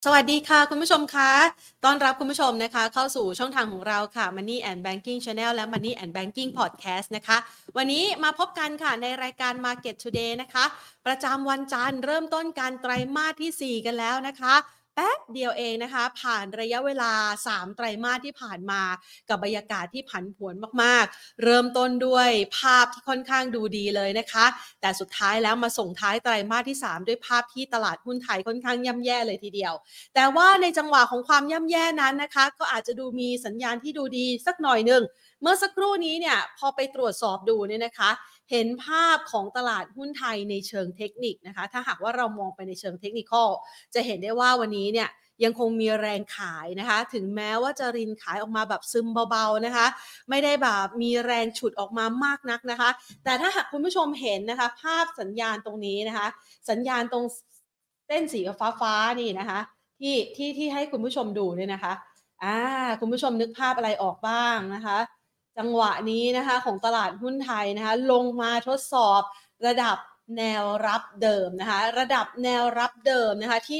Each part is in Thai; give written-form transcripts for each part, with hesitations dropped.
สวัสดีค่ะคุณผู้ชมคะต้อนรับคุณผู้ชมนะคะเข้าสู่ช่องทางของเราค่ะ Money and Banking Channel และ Money and Banking Podcast นะคะวันนี้มาพบกันค่ะในรายการ Market Today นะคะประจำวันจันทร์เริ่มต้นการไตรมาสที่4กันแล้วนะคะแป๊บเดียวเองนะคะผ่านระยะเวลา3ไตรมาสที่ผ่านมากับบรรยากาศที่ผันผวนมากๆเริ่มต้นด้วยภาพที่ค่อนข้างดูดีเลยนะคะแต่สุดท้ายแล้วมาส่งท้ายไตรมาสที่3ด้วยภาพที่ตลาดหุ้นไทยค่อนข้างย่ำแย่เลยทีเดียว แต่ว่าในจังหวะของความย่ำแย่นั้นนะคะก็อาจจะดูมีสัญญาณที่ดูดีสักหน่อยหนึ่งเมื่อสักครู่นี้เนี่ยพอไปตรวจสอบดูเนี่ยนะคะเห็นภาพของตลาดหุ้นไทยในเชิงเทคนิคนะคะถ้าหากว่าเรามองไปในเชิงเทคนิคจะเห็นได้ว่าวันนี้เนี่ยยังคงมีแรงขายนะคะถึงแม้ว่าจะรินขายออกมาแบบซึมเบาๆนะคะไม่ได้แบบมีแรงฉุดออกมามากนักนะคะแต่ถ้าหากคุณผู้ชมเห็นนะคะภาพสัญญาณตรงนี้นะคะสัญญาณตรงเส้นสีฟ้าๆนี่นะคะ ที่ให้คุณผู้ชมดูเนี่ยนะคะอ่าคุณผู้ชมนึกภาพอะไรออกบ้างนะคะจังหวะนี้นะคะของตลาดหุ้นไทยนะคะลงมาทดสอบระดับแนวรับเดิมนะคะระดับแนวรับเดิมนะคะที่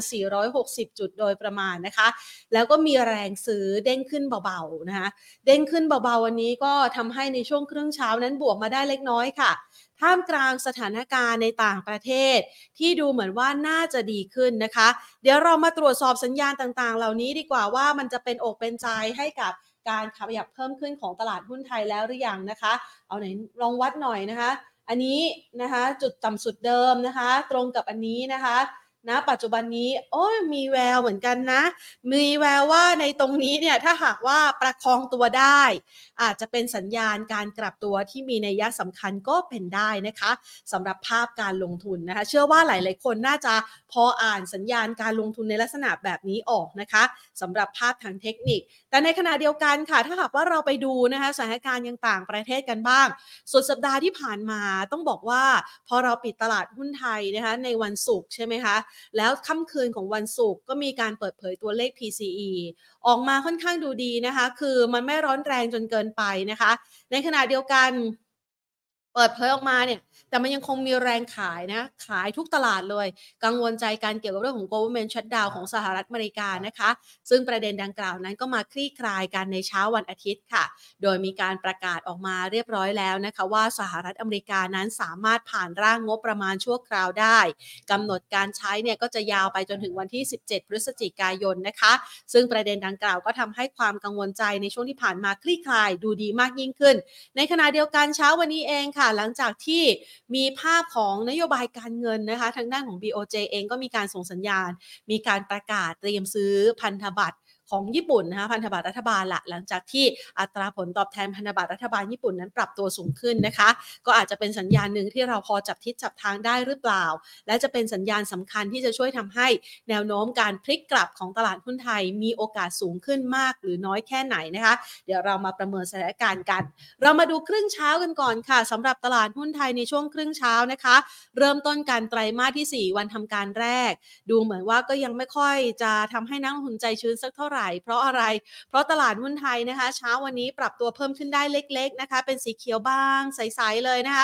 1,460 จุดโดยประมาณนะคะแล้วก็มีแรงซื้อเด้งขึ้นเบาๆนะคะเด้งขึ้นเบาๆวันนี้ก็ทำให้ในช่วงครึ่งเช้านั้นบวกมาได้เล็กน้อยค่ะท่ามกลางสถานการณ์ในต่างประเทศที่ดูเหมือนว่าน่าจะดีขึ้นนะคะ เดี๋ยวเรามาตรวจสอบสัญญาณต่างๆเหล่านี้ดีกว่าว่ามันจะเป็นอกเป็นใจให้กับการขยับเพิ่มขึ้นของตลาดหุ้นไทยแล้วหรือยังนะคะเอาไหนลองวัดหน่อยนะคะอันนี้นะคะจุดต่ำสุดเดิมนะคะตรงกับอันนี้นะคะณปัจจุบันนี้โอ้ยมีแววเหมือนกันนะมีแววว่าในตรงนี้เนี่ยถ้าหากว่าประคองตัวได้อาจจะเป็นสัญญาณการกลับตัวที่มีนัยสำคัญก็เป็นได้นะคะสำหรับภาพการลงทุนนะคะเชื่อว่าหลายๆคนน่าจะพออ่านสัญญาณการลงทุนในลักษณะแบบนี้ออกนะคะสำหรับภาพทางเทคนิคแต่ในขณะเดียวกันค่ะถ้าหากว่าเราไปดูนะคะสถานการณ์ยังต่างประเทศกันบ้างสุดสัปดาห์ที่ผ่านมาต้องบอกว่าพอเราปิดตลาดหุ้นไทยนะคะในวันศุกร์ใช่ไหมคะแล้วค่ำคืนของวันศุกร์ก็มีการเปิดเผยตัวเลข PCE ออกมาค่อนข้างดูดีนะคะคือมันไม่ร้อนแรงจนเกินไปนะคะในขณะเดียวกันเปิดเผยออกมาเนี่ยแต่มันยังคงมีแรงขายนะขายทุกตลาดเลยกังวลใจการเกี่ยวกับเรื่องของ government shutdown ของสหรัฐอเมริกานะคะซึ่งประเด็นดังกล่าวนั้นก็มาคลี่คลายกันในเช้าวันอาทิตย์ค่ะโดยมีการประกาศออกมาเรียบร้อยแล้วนะคะว่าสหรัฐอเมริกานั้นสามารถผ่านร่างงบประมาณชั่วคราวได้กำหนดการใช้เนี่ยก็จะยาวไปจนถึงวันที่17พฤศจิกายนนะคะซึ่งประเด็นดังกล่าวก็ทำให้ความกังวลใจในช่วงที่ผ่านมาคลี่คลายดูดีมากยิ่งขึ้นในขณะเดียวกันเช้าวันนี้เองค่ะหลังจากที่มีภาพของนโยบายการเงินนะคะทางด้านของ BOJ เองก็มีการส่งสัญญาณมีการประกาศเตรียมซื้อพันธบัตรของญี่ปุ่นนะคะพันธบัตรรัฐบาลละหลังจากที่อัตราผลตอบแทนพันธบัตรรัฐบาลญี่ปุ่นนั้นปรับตัวสูงขึ้นนะคะก็อาจจะเป็นสัญญาณหนึ่งที่เราพอจับทิศจับทางได้หรือเปล่าและจะเป็นสัญญาณสำคัญที่จะช่วยทำให้แนวโน้มการพลิกกลับของตลาดหุ้นไทยมีโอกาสสูงขึ้นมากหรือน้อยแค่ไหนนะคะเดี๋ยวเรามาประเมินสถานการณ์กัน เรามาดูครึ่งเช้ากันก่อนค่ะสำหรับตลาดหุ้นไทยในช่วงครึ่งเช้านะคะเริ่มต้นการไตรมาสที่4วันทำการแรกดูเหมือนว่าก็ยังไม่ค่อยจะทำให้นักลงทุนใจชื้นสักเท่าไหร่เพราะอะไรเพราะตลาดหุ้นไทยนะคะเช้าวันนี้ปรับตัวเพิ่มขึ้นได้เล็กๆนะคะเป็นสีเขียวบางใสๆเลยนะคะ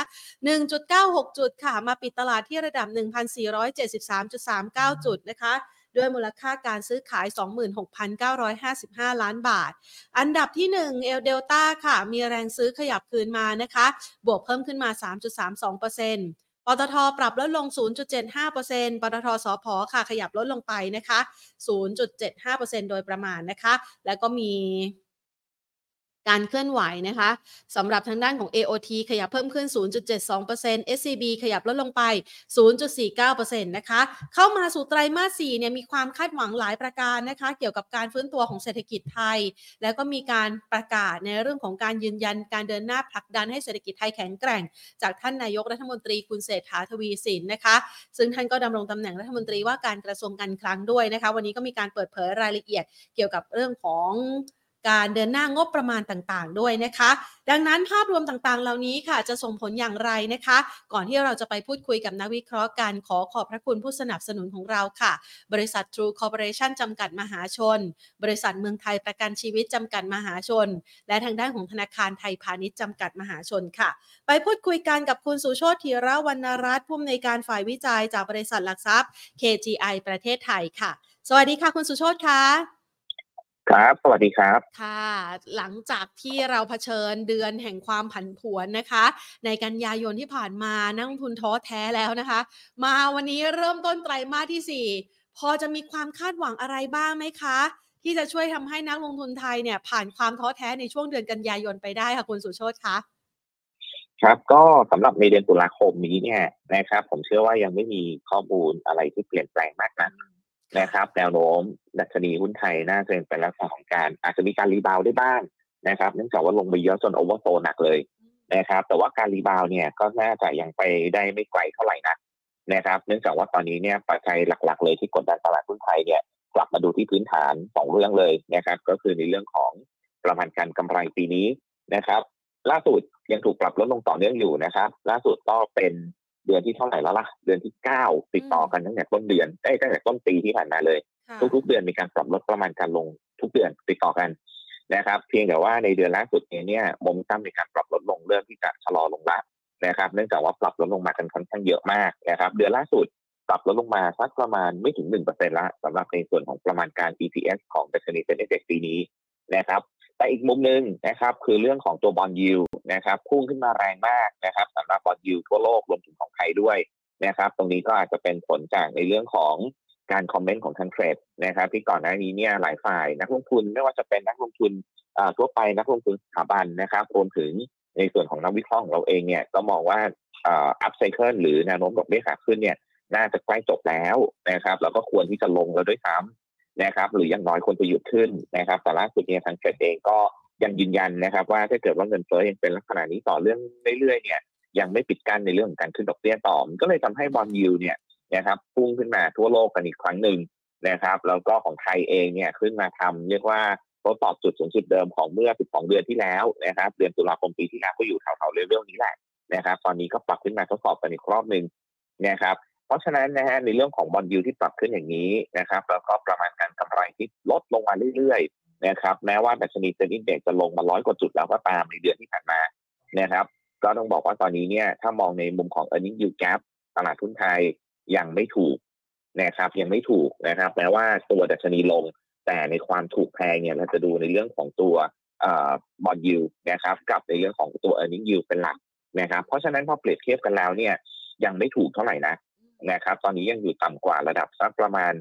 1.96จุดค่ะมาปิดตลาดที่ระดับ 1,473.39 จุดนะคะด้วยมูลค่าการซื้อขาย 26,955 ล้านบาท อันดับที่1เดลต้าค่ะมีแรงซื้อขยับคืนมานะคะบวกเพิ่มขึ้นมา 3.32%ปตทปรับลดลง 0.75% ปตทสผค่ะขยับลดลงไปนะคะ 0.75% โดยประมาณนะคะแล้วก็มีการเคลื่อนไหวนะคะสำหรับทางด้านของ AOT ขยับเพิ่มขึ้น 0.72% SCB ขยับลดลงไป 0.49% นะคะเข้ามาสู่ไตรมาส 4เนี่ยมีความคาดหวังหลายประการนะคะเกี่ยวกับการฟื้นตัวของเศรษฐกิจไทยแล้วก็มีการประกาศในเรื่องของการยืนยันการเดินหน้าผลักดันให้เศรษฐกิจไทยแข็งแกร่งจากท่านนายกรัฐมนตรีคุณเศรษฐาทวีสินนะคะซึ่งท่านก็ดำรงตำแหน่งรัฐมนตรีว่าการกระทรวงการคลังด้วยนะคะวันนี้ก็มีการเปิดเผยรายละเอียดเกี่ยวกับเรื่องของการเดินหน้างบประมาณต่างๆด้วยนะคะดังนั้นภาพรวมต่างๆเหล่านี้ค่ะจะส่งผลอย่างไรนะคะก่อนที่เราจะไปพูดคุยกับนักวิเคราะห์กันขอบพระคุณผู้สนับสนุนของเราค่ะบริษัท True Corporation จำกัดมหาชนบริษัทเมืองไทยประกันชีวิตจำกัดมหาชนและทางด้านของธนาคารไทยพาณิชย์จำกัดมหาชนค่ะไปพูดคุยกันกับคุณสุโชติธีระวรรณรัตน์ผู้อำนวยการฝ่ายวิจัยจากบริษัทหลักทรัพย์ KGI ประเทศไทยค่ะสวัสดีค่ะคุณสุโชติคะครับสวัสดีครับค่ะหลังจากที่เราเผชิญเดือนแห่งความผันผวนนะคะในกันยายนที่ผ่านมานักลงทุนท้อแท้แล้วนะคะมาวันนี้เริ่มต้นไตรมาสที่4พอจะมีความคาดหวังอะไรบ้างไหมคะที่จะช่วยทำให้นักลงทุนไทยเนี่ยผ่านความท้อแท้ในช่วงเดือนกันยายนไปได้ค่ะคุณสุโชติคะครับก็สำหรับในเดือนตุลาคมนี้เนี่ยนะครับผมเชื่อว่ายังไม่มีข้อมูลอะไรที่เปลี่ยนแปลงมากนักค่ะนะครับแนวโน้มดัชนีหุ้นไทยน่าจะเป็นลักษณะของการอาจจะมีการรีบาวด์ได้บ้างนะครับเนื่องจากว่าลงไปเยอะจนโอเวอร์โซหนักเลยนะครับแต่ว่าการรีบาวด์เนี่ยก็น่าจะยังไปได้ไม่ไกลเท่าไหร่นะครับเนื่องจากว่าตอนนี้เนี่ยปัจจัยหลักๆเลยที่กดดันตลาดหุ้นไทยเนี่ยกลับมาดูที่พื้นฐาน2เรื่องเลยนะครับก็คือในเรื่องของประมาณการกำไรปีนี้นะครับ ล่าสุดยังถูกปรับลดลงต่อเนื่องอยู่นะครับล่าสุดก็เป็นเดือนที่เท่าไหร่แล้วล่ะเดือนที่9ติดต่อกันตั้งแต่ต้นเดือนตั้งแต่ต้นปีที่ผ่านมาเลยค่ะทุกๆเดือนมีการปรับลดประมาณการลงทุกเดือนติดต่อกันนะครับเพียงแต่ว่าในเดือนล่าสุดเนี่ยโมเมนตัมในการปรับลดลงเริ่มที่จะชะลอลงละนะครับเนื่องจากว่าปรับลดลงมากันค่อนข้างเยอะมากนะครับเดือนล่าสุดปรับลดลงมาสักประมาณไม่ถึง 1% ละสำหรับในส่วนของประมาณการ EPS ของดัชนีเซ็นดี Index ปีนี้นะครับ แต่อีกมุมหนึ่งนะครับคือเรื่องของตัวบอนด์ยิลด์นะครับพุ่งขึ้นมาแรงมากนะครับสำหรับบอนด์ยิลด์ทั่วโลกรวมถึงของไทยด้วยนะครับตรงนี้ก็อาจจะเป็นผลจากในเรื่องของการคอมเมนต์ของทางเทรดนะครับที่ก่อนหน้านี้เนี่ยหลายฝ่ายนักลงทุนไม่ว่าจะเป็นนักลงทุนทั่วไปนักลงทุนสถาบันนะครับรวมถึงในส่วนของนักวิเคราะห์ของเราเองเนี่ยก็มองว่าอัพไซเคิลหรือแนวโน้มดอกเบี้ยขาขึ้นเนี่ยน่าจะใกล้จบแล้วนะครับแล้วก็ควรที่จะลงแล้วด้วยซ้ำ นะครับหรืออย่างน้อยควรจะหยุดขึ้นนะครับแต่ล่าสุดเนี่ยทางเฟดเองก็ยังยืนยันนะครับว่าถ้าเกิดว่าเงินเฟ้อยังเป็นลักษณะนี้ต่อเรื่องเรื่อยๆเนี่ยยังไม่ปิดกั้นในเรื่องของการขึ้นดอกเบี้ยต่อมันก็เลยทำให้บอนด์ยิลด์เนี่ยนะครับพุ่งขึ้นมาทั่วโลกกันอีกครั้งหนึ่งนะครับแล้วก็ของไทยเองเนี่ยขึ้นมาทำเรียกว่าทดสอบจุดสูงสุดเดิมของเมื่อ12เดือนที่แล้วนะครับเดือนตุลาคมปีที่แล้วก็อยู่แถวๆเลเวลนี้แหละนะครับตอนนี้ก็ปรับขึ้นมาทดสอบกันอีกรอบหนึ่งนะครับเพราะฉะนั้นนะฮะในเรื่องของบอนด์ยิลด์ที่ปรับขึ้นอย่างนี้นะครับแล้วก็ประมาณการกำไรที่ลดลงมาเรื่อยๆนะครับแม้ว่าดัชนีเซ็นดิ้งเด็กจะลงมา100 กว่าจุดแล้วก็ตามในเดือนที่ผ่านมานะครับก็ต้องบอกว่าตอนนี้เนี่ยถ้ามองในมุมของ earning yield gap ตลาดทุนไทยยังไม่ถูกนะครับยังไม่ถูกนะครับแม้ว่าตัวดัชนีลงแต่ในความถูกแพงเนี่ยเราจะดูในเรื่องของตัวบอนด์ยิลด์นะครับกับในเรื่องของตัว earning yield เป็นหลักนะครับเพราะฉะนั้นพอเปรียบเทียบกันแล้วเนี่ยยังไม่ถูกเท่าไหร่นะครับตอนนี้ยังอยู่ต่ำกว่าระดับสักประมาณ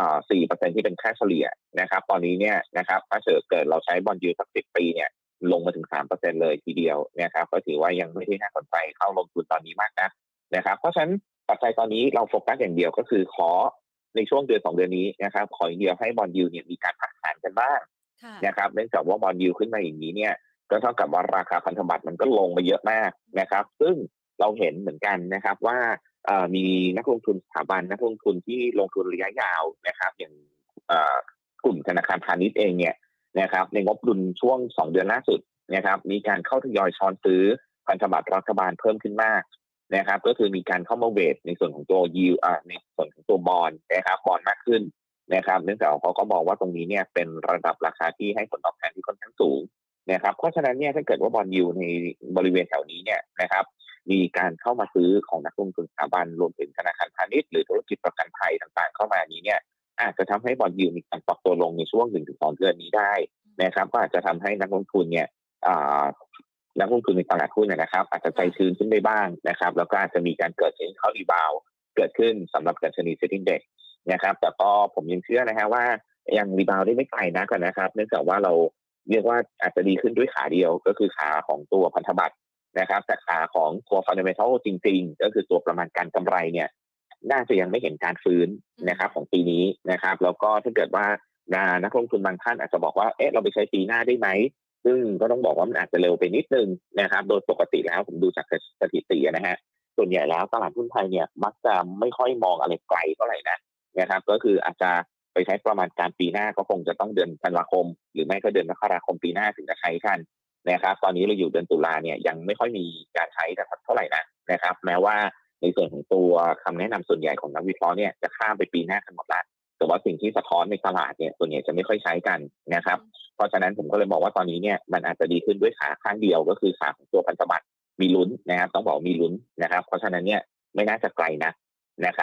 4% ที่เป็นค่าเฉลี่ยนะครับตอนนี้เนี่ยนะครับถ้าเกิดเราใช้บอนด์ยิลด์สัก10 ปีเนี่ยลงมาถึง 3% เลยทีเดียวนะครับก็ถือว่ายังไม่ได้น่าสนใจเข้าลงทุนตอนนี้มากนะครับเพราะฉะนั้นปัจจัยตอนนี้เราโฟกัสอย่างเดียวก็คือขอในช่วงเดือน2 เดือนนี้นะครับขออย่างเดียวให้บอนด์ยิลด์เนี่ยมีการผันผวนกันบ้างนะครับเนื่องจากว่าบอนด์ยิลด์ขึ้นมาอย่างนี้เนี่ยก็เท่ากับว่าราคาพันธบัตรมันก็ลงมาเยอะมากนะครับซึ่งเราเห็นเหมือนกันนะครับว่ามีนักลงทุนสถาบันนักลงทุนที่ลงทุนระยะยาวนะครับอย่างกลุ่มธนาคารพาณิชย์เองเนี่ยนะครับในงบดุลช่วง2 เดือนล่าสุดนะครับมีการเข้าทยอยช้อนซื้อพันธบัตรรัฐบาลเพิ่มขึ้นมากนะครับก็คือมีการเข้ามาเวทในส่วนของตัวยิวในส่วนของตัวบอนด์นะครับบอนด์มากขึ้นนะครับเนื่องจากเขาก็มองว่าตรงนี้เนี่ยเป็นระดับราคาที่ให้ผลตอบแทนที่ค่อนข้างสูงนะครับเพราะฉะนั้นเนี่ยถ้าเกิดว่าบอนด์ยิวในบริเวณแถวนี้เนี่ยนะครับมีการเข้ามาซื้อของนักลงทุนสถาบันรวมถึงธนาคารพาณิชย์หรือธุรกิจประกันภัยต่างๆเข้ามานี้เนี่ยอาจจะทำให้บอนด์ยิวมีการปรับตัวลงในช่วง 1-2 เดือนนี้ได้นะครับก็อาจจะทำให้นักลงทุนเนี่ยนักลงทุนในตลาดหุ้นนะครับอาจจะใจชื้นขึ้นได้บ้างนะครับแล้วก็อาจจะมีการเกิดเห็นเข้ารีบาวเกิดขึ้นสำหรับดัชนีเซ็นดิ้งเด็กนะครับแต่ก็ผมยังเชื่อนะฮะว่ายังรีบาวได้ไม่ไกลนักนะครับเนื่องจากว่าเราเรียกว่าอาจจะดีขึ้นด้วยขาเดียวก็คือขาของตัวพันธบัตรนะครับแต่ขาของตัว fundamental จริงๆก็คือตัวประมาณการกำไรเนี่ยน่าจะยังไม่เห็นการฟื้นนะครับของปีนี้นะครับแล้วก็ถ้าเกิดว่านักลงทุนบางท่านอาจจะบอกว่าเราไปใช้ปีหน้าได้ไหมซึ่งก็ต้องบอกว่ามันอาจจะเร็วไปนิดนึงนะครับโดยปกติแล้วผมดูจากสถิตินะฮะส่วนใหญ่แล้วตลาดหุ้นไทยเนี่ยมักจะไม่ค่อยมองอะไรไกลเท่าไหร่นะครับก็คืออาจจะไปใช้ประมาณการปีหน้าก็คงจะต้องเดือนธันวาคมหรือไม่ก็เดือนมกราคมปีหน้าถึงจะใช้กันนะครับตอนนี้เราอยู่เดือนตุลาเนี่ยยังไม่ค่อยมีการใช้เท่าไหร่นะครับแม้ว่าในส่วนของตัวคำแนะนำส่วนใหญ่ของนักวิเคราะห์เนี่ยจะข้ามไปปีหน้ากันหมดละแต่ว่าสิ่งที่สะท้อนในตลาดเนี่ยส่วนใหญ่จะไม่ค่อยใช้กันนะครับเพราะฉะนั้นผมก็เลยบอกว่าตอนนี้เนี่ยมันอาจจะดีขึ้นด้วยขาข้างเดียวก็คือขาของตัวพันธบัตรมีลุ้นนะครับต้องบอกมีลุ้นนะครับเพราะฉะนั้นเนี่ยไม่น่าจะไกลนะครับ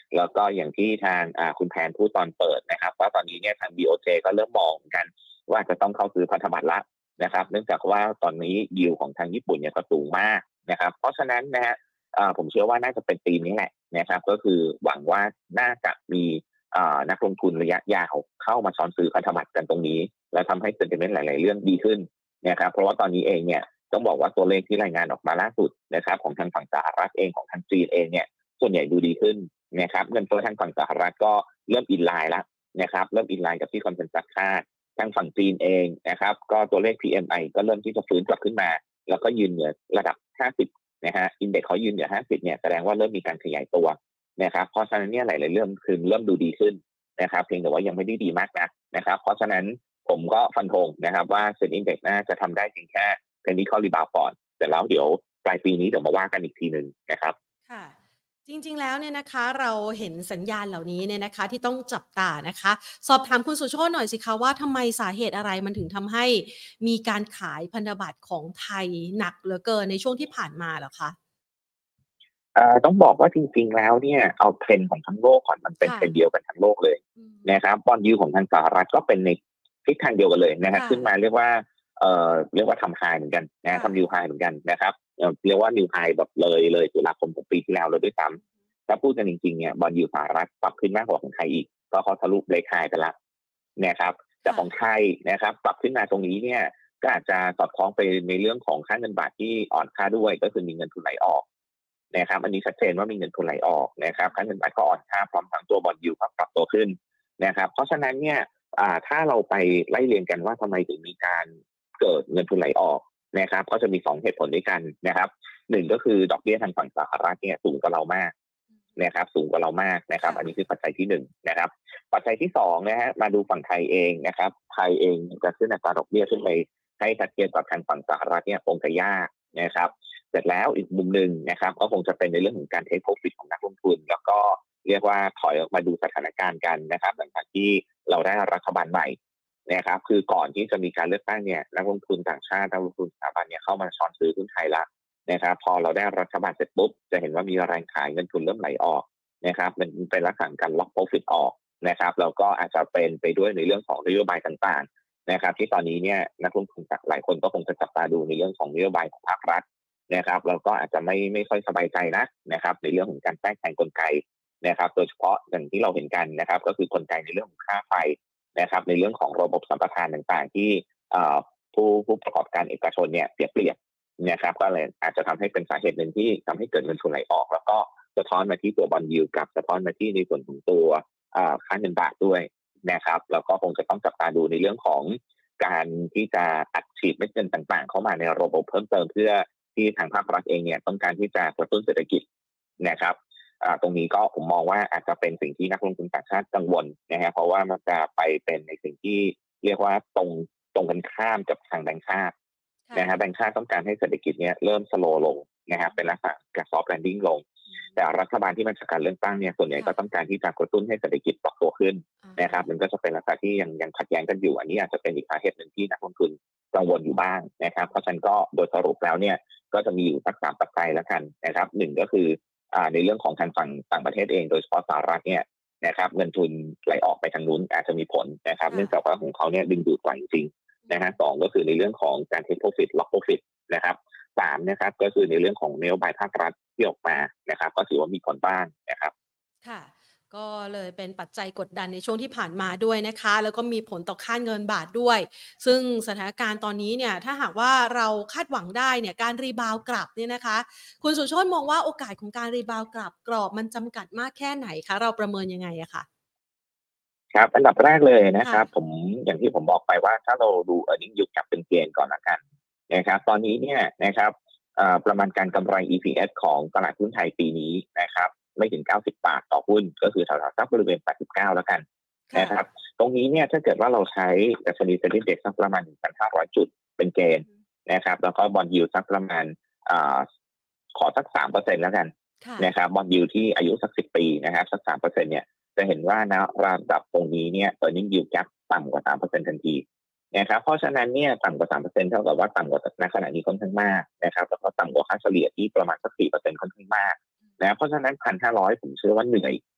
แล้วก็อย่างที่ทางคุณแพนพูดตอนเปิดนะครับว่าตอนนี้เนี่ยทาง BOJ ก็เริ่มมองกันว่าจะต้องเข้าซื้อพันธบัตรละนะครับเนื่องจากว่าตอนนี้ยิวของทางญี่ปุ่นเนี่ยก็สูงมากนะครับเพราะฉะนั้นนะฮะผมเชื่อว่าน่าจะเป็นธีมนี้แหละนะครับก็คือหวังว่าน่าจะมีนักลงทุนระยะยาวเข้ามาช้อนซื้อพันธบัตรกันตรงนี้และทำให้ sentiment หลายๆเรื่องดีขึ้นนะครับเพราะว่าตอนนี้เองเนี่ยต้องบอกว่าตัวเลขที่รายงานออกมาล่าสุดนะครับของทางฝั่งสหรัฐเองของทางจีนเองเนี่ยส่วนใหญ่ดูดีขึ้นนะครับเงินเฟ้อทางฝั่งสหรัฐก็เริ่มอินไลน์แล้วนะครับเริ่มอินไลน์กับที่คอนเซนแซสคาดทางฝั่งจีนเองนะครับก็ตัวเลข PMI ก็เริ่มที่จะฟื้นกลับขึ้นมาแล้วก็ยืนเหนือระดับ50นะฮะอินเด็กซ์เขายืนเหนือ50เนี่ยแสดงว่าเริ่มมีการขยายตัวนะครับเพราะฉะนั้นเนี่ยหลายๆเรื่องคือเริ่มดูดีขึ้นนะครับเพียงแต่ว่ายังไม่ได้ดีมากนักนะครับเพราะฉะนั้นผมก็ฟันธงนะครับว่าเซ็นอินเด็กซ์น่าจะทำได้เพียงแค่เป็นนิคอลรีบาวก่อนแต่แล้วเดี๋ยวปลายปีนี้เดี๋ยวมาว่ากันอีกทีนึงนะครับค่ะจริงๆแล้วเนี่ยนะคะเราเห็นสัญญาณเหล่านี้เนี่ยนะคะที่ต้องจับตานะคะสอบถามคุณสุโชติหน่อยสิคะว่าทำไมสาเหตุอะไรมันถึงทำให้มีการขายพันธบัตรของไทยหนักเหลือเกินในช่วงที่ผ่านมาเหรอคะต้องบอกว่าจริงๆแล้วเนี่ยเอาเทรนด์ของทั้งโลกก่อนมันเป็นเทรนด์เดียวกันทั้งโลกเลยนะครับบอนด์ยิลด์ของทางสหรัฐก็เป็นในทิศทางเดียวกันเลยนะครับขึ้นมาเรียกว่าทำไฮเหมือนกันนะทำนิวไฮเหมือนกันนะครับเรียกว่านิวไฮแบบเลยตุลาคมของปีที่แล้วเลยด้วยซ้ำถ้าพูดกันจริงๆเนี่ยบอนด์ยิลด์สหรัฐปรับขึ้นมากกว่าของไทยอีกก็เขาทะลุเบรกไฮไปแล้วนะครับแต่ของไทยนะครับปรับขึ้นมาตรงนี้เนี่ยก็อาจจะสอดคล้องไปในเรื่องของค่าเงินบาทที่อ่อนค่าด้วยก็คือมีเงินทุนไหลออกนะครับอันนี้ชัดเจนว่ามีเงินทุนไหลออกนะครับค่าเงินบาทก็อ่อนค่าพร้อมทั้งตัวบอนด์ยิลด์ก็ปรับตัวขึ้นนะครับเพราะฉะนั้นเนี่ยถ้าเราไปไล่เรียงกันว่าทำไมถึงมีการเกิดเงินทุนไหลออกนะครับก็จะมี2เหตุผลด้วยกันนะครับ1ก็คือดอกเบี้ยทางฝั่งสหรัฐเนี่ยสูงกว่าเรามากนะครับสูงกว่าเรามากนะครับอันนี้คือปัจจัยที่1นะครับปัจจัยที่2นะฮะมาดูฝั่งไทยเองนะครับไทยเองจะขึ้นอัตราดอกเบี้ยขึ้นไปให้ทัดเทียมกับทางฝั่งสหรัฐเนี่ยคงจะยากนะครับเสร็จแล้วอีกมุมหนึ่งนะครับก็คงจะเป็นในเรื่องของการเทคโปรฟิตของนักลงทุนแล้วก็เรียกว่าถอยออกมาดูสถานการณ์กันนะครับหลังจากที่เราได้รัฐบาลใหม่นะครับคือก่อนที่จะมีการเลือกตั้งเนี่ยนักลงทุนต่างชาตินักลงทุนสถาบันเนี่ยเข้ามาช้อนซื้อหุ้นไทยละนะครับพอเราได้รัฐบาลเสร็จปุ๊บจะเห็นว่ามีแรงขายเงินทุนเริ่มไหลออกนะครับมันเป็นลักษณะการล็อกโปรฟิตออกนะครับแล้วก็อาจจะเป็นไปด้วยในเรื่องของนโยบายต่างๆนะครับที่ตอนนี้เนี่ยนักลงทุนหลายคนก็คงจะจับตาดูในเรื่องของนโยบายของภาครัฐนะครับแล้วก็อาจจะไม่ค่อยสบายใจนะครับในเรื่องของการแทรกแซงกลไกนะครับโดยเฉพาะอย่างที่เราเห็นกันนะครับก็คือกลไกในเรื่องของค่าไฟนะครับในเรื่องของระบบสัมปทานต่างๆที่ผู้ประกอบการเอกชนเนี่ยเสียเปรียบนะครับก็เลยอาจจะทำให้เป็นสาเหตุหนึ่งที่ทำให้เกิดเงินทุนไหลออกแล้วก็สะท้อนมาที่ตัวบอนด์ยิลด์กับสะท้อนมาที่ในส่วนของตัวค่าเงินบาทด้วยนะครับแล้วก็คงจะต้องจับตาดูในเรื่องของการที่จะอัดฉีดเม็ดเงินต่างๆเข้ามาในระบบเพิ่มเติมเพื่อที่ทางภาครัฐเองเนี่ยต้องการที่จะกระตุ้นเศรษฐกิจนะครับตรงนี้ก็ผมมองว่าอาจจะเป็นสิ่งที่นักลงทุนต่างชาติกังวลนะฮะเพราะว่ามันจะไปเป็นในสิ่งที่เรียกว่าตรงกันข้ามกับทางแบงก์ชาตินะฮะแบงก์ชาติต้องการให้เศรษฐกิจเนี่ยเริ่มสโลว์ลงนะครับเป็นลักษณะกับซอฟต์แลนดิ้งลงแต่รัฐบาลที่มาจากการเลือกตั้งเนี่ยส่วนใหญ่ก็ต้องการที่จะกระตุ้นให้เศรษฐกิจปรับตัวขึ้นนะครับมันก็จะเป็นลักษณะที่ยังขัดแย้งกันอยู่อันนี้อาจจะเป็นอีกสาเหตุหนึ่งที่นักลงทุนกังวลอยู่บ้างนะครับเพราะฉะนั้นก็โดยสรุปแล้วเนี่ยก็จะมีอยู่สัก3ปัจจัยแล้วกันนะครับ1ก็คือในเรื่องของทางฝั่งต่างประเทศเองโดยเฉพาะสหรัฐเนี่ยนะครับเงินทุนไหลออกไปทางนู้นอาจจะมีผลนะครับเนื่องจากว่าของเขาเนี่ยดึงดูดกว่าจริงๆนะฮะ2ก็คือในเรื่องของการเทคโปรฟิตล็อกโปรฟิตนะครับ3นะครับก็คือในเรื่องของนโยบายภาครัฐที่ออกมานะครับก็ถือว่ามีผลบ้างนะครับค่ะก็เลยเป็นปัจจัยกดดันในช่วงที่ผ่านมาด้วยนะคะแล้วก็มีผลต่อค่าเงินบาทด้วยซึ่งสถานการณ์ตอนนี้เนี่ยถ้าหากว่าเราคาดหวังได้เนี่ยการรีบาวกลับเนี่ยนะคะคุณสุโชติมองว่าโอกาสของการรีบาวกลับกรอบมันจำกัดมากแค่ไหนคะเราประเมินยังไงอะคะครับอันดับแรกเลยนะครับผมอย่างที่ผมบอกไปว่าถ้าเราดู earning yield กลับเป็นเกณฑ์ก่อนละกันนะครับตอนนี้เนี่ยนะครับประมาณการกำไร EPS ของตลาดหุ้นไทยปีนี้นะครับไม่ถึง90บาทต่อหุ้นก็คือแถวๆสักบริเวณ89แล้วกันนะครับตรงนี้เนี่ยถ้าเกิดว่าเราใช้ดัชนีเซ็นดิ้งเด็กสักประมาณ 1,500 จุดเป็นเกณฑ์นะครับแล้วก็บอนด์ยิลด์สักประมาณขอสัก 3% แล้วกันนะครับบอนด์ยิลด์ที่อายุสัก10 ปีนะครับสัก 3% เนี่ยจะเห็นว่าณระดับตรงนี้เนี่ย earning yield gap ต่ำกว่า 3% ทันทีนะครับเพราะฉะนั้นเนี่ยต่ำกว่า 3% เท่ากับว่าต่ำกว่าณขณะนี้ค่อนข้างมากนะครับแล้วก็ต่ำกว่าค่าเฉลี่ยที่ประมาณสัก 4% ค่อนข้างมากนะเพราะฉะนั้น 1,500 ผมเชื่อว่าเหนื่อย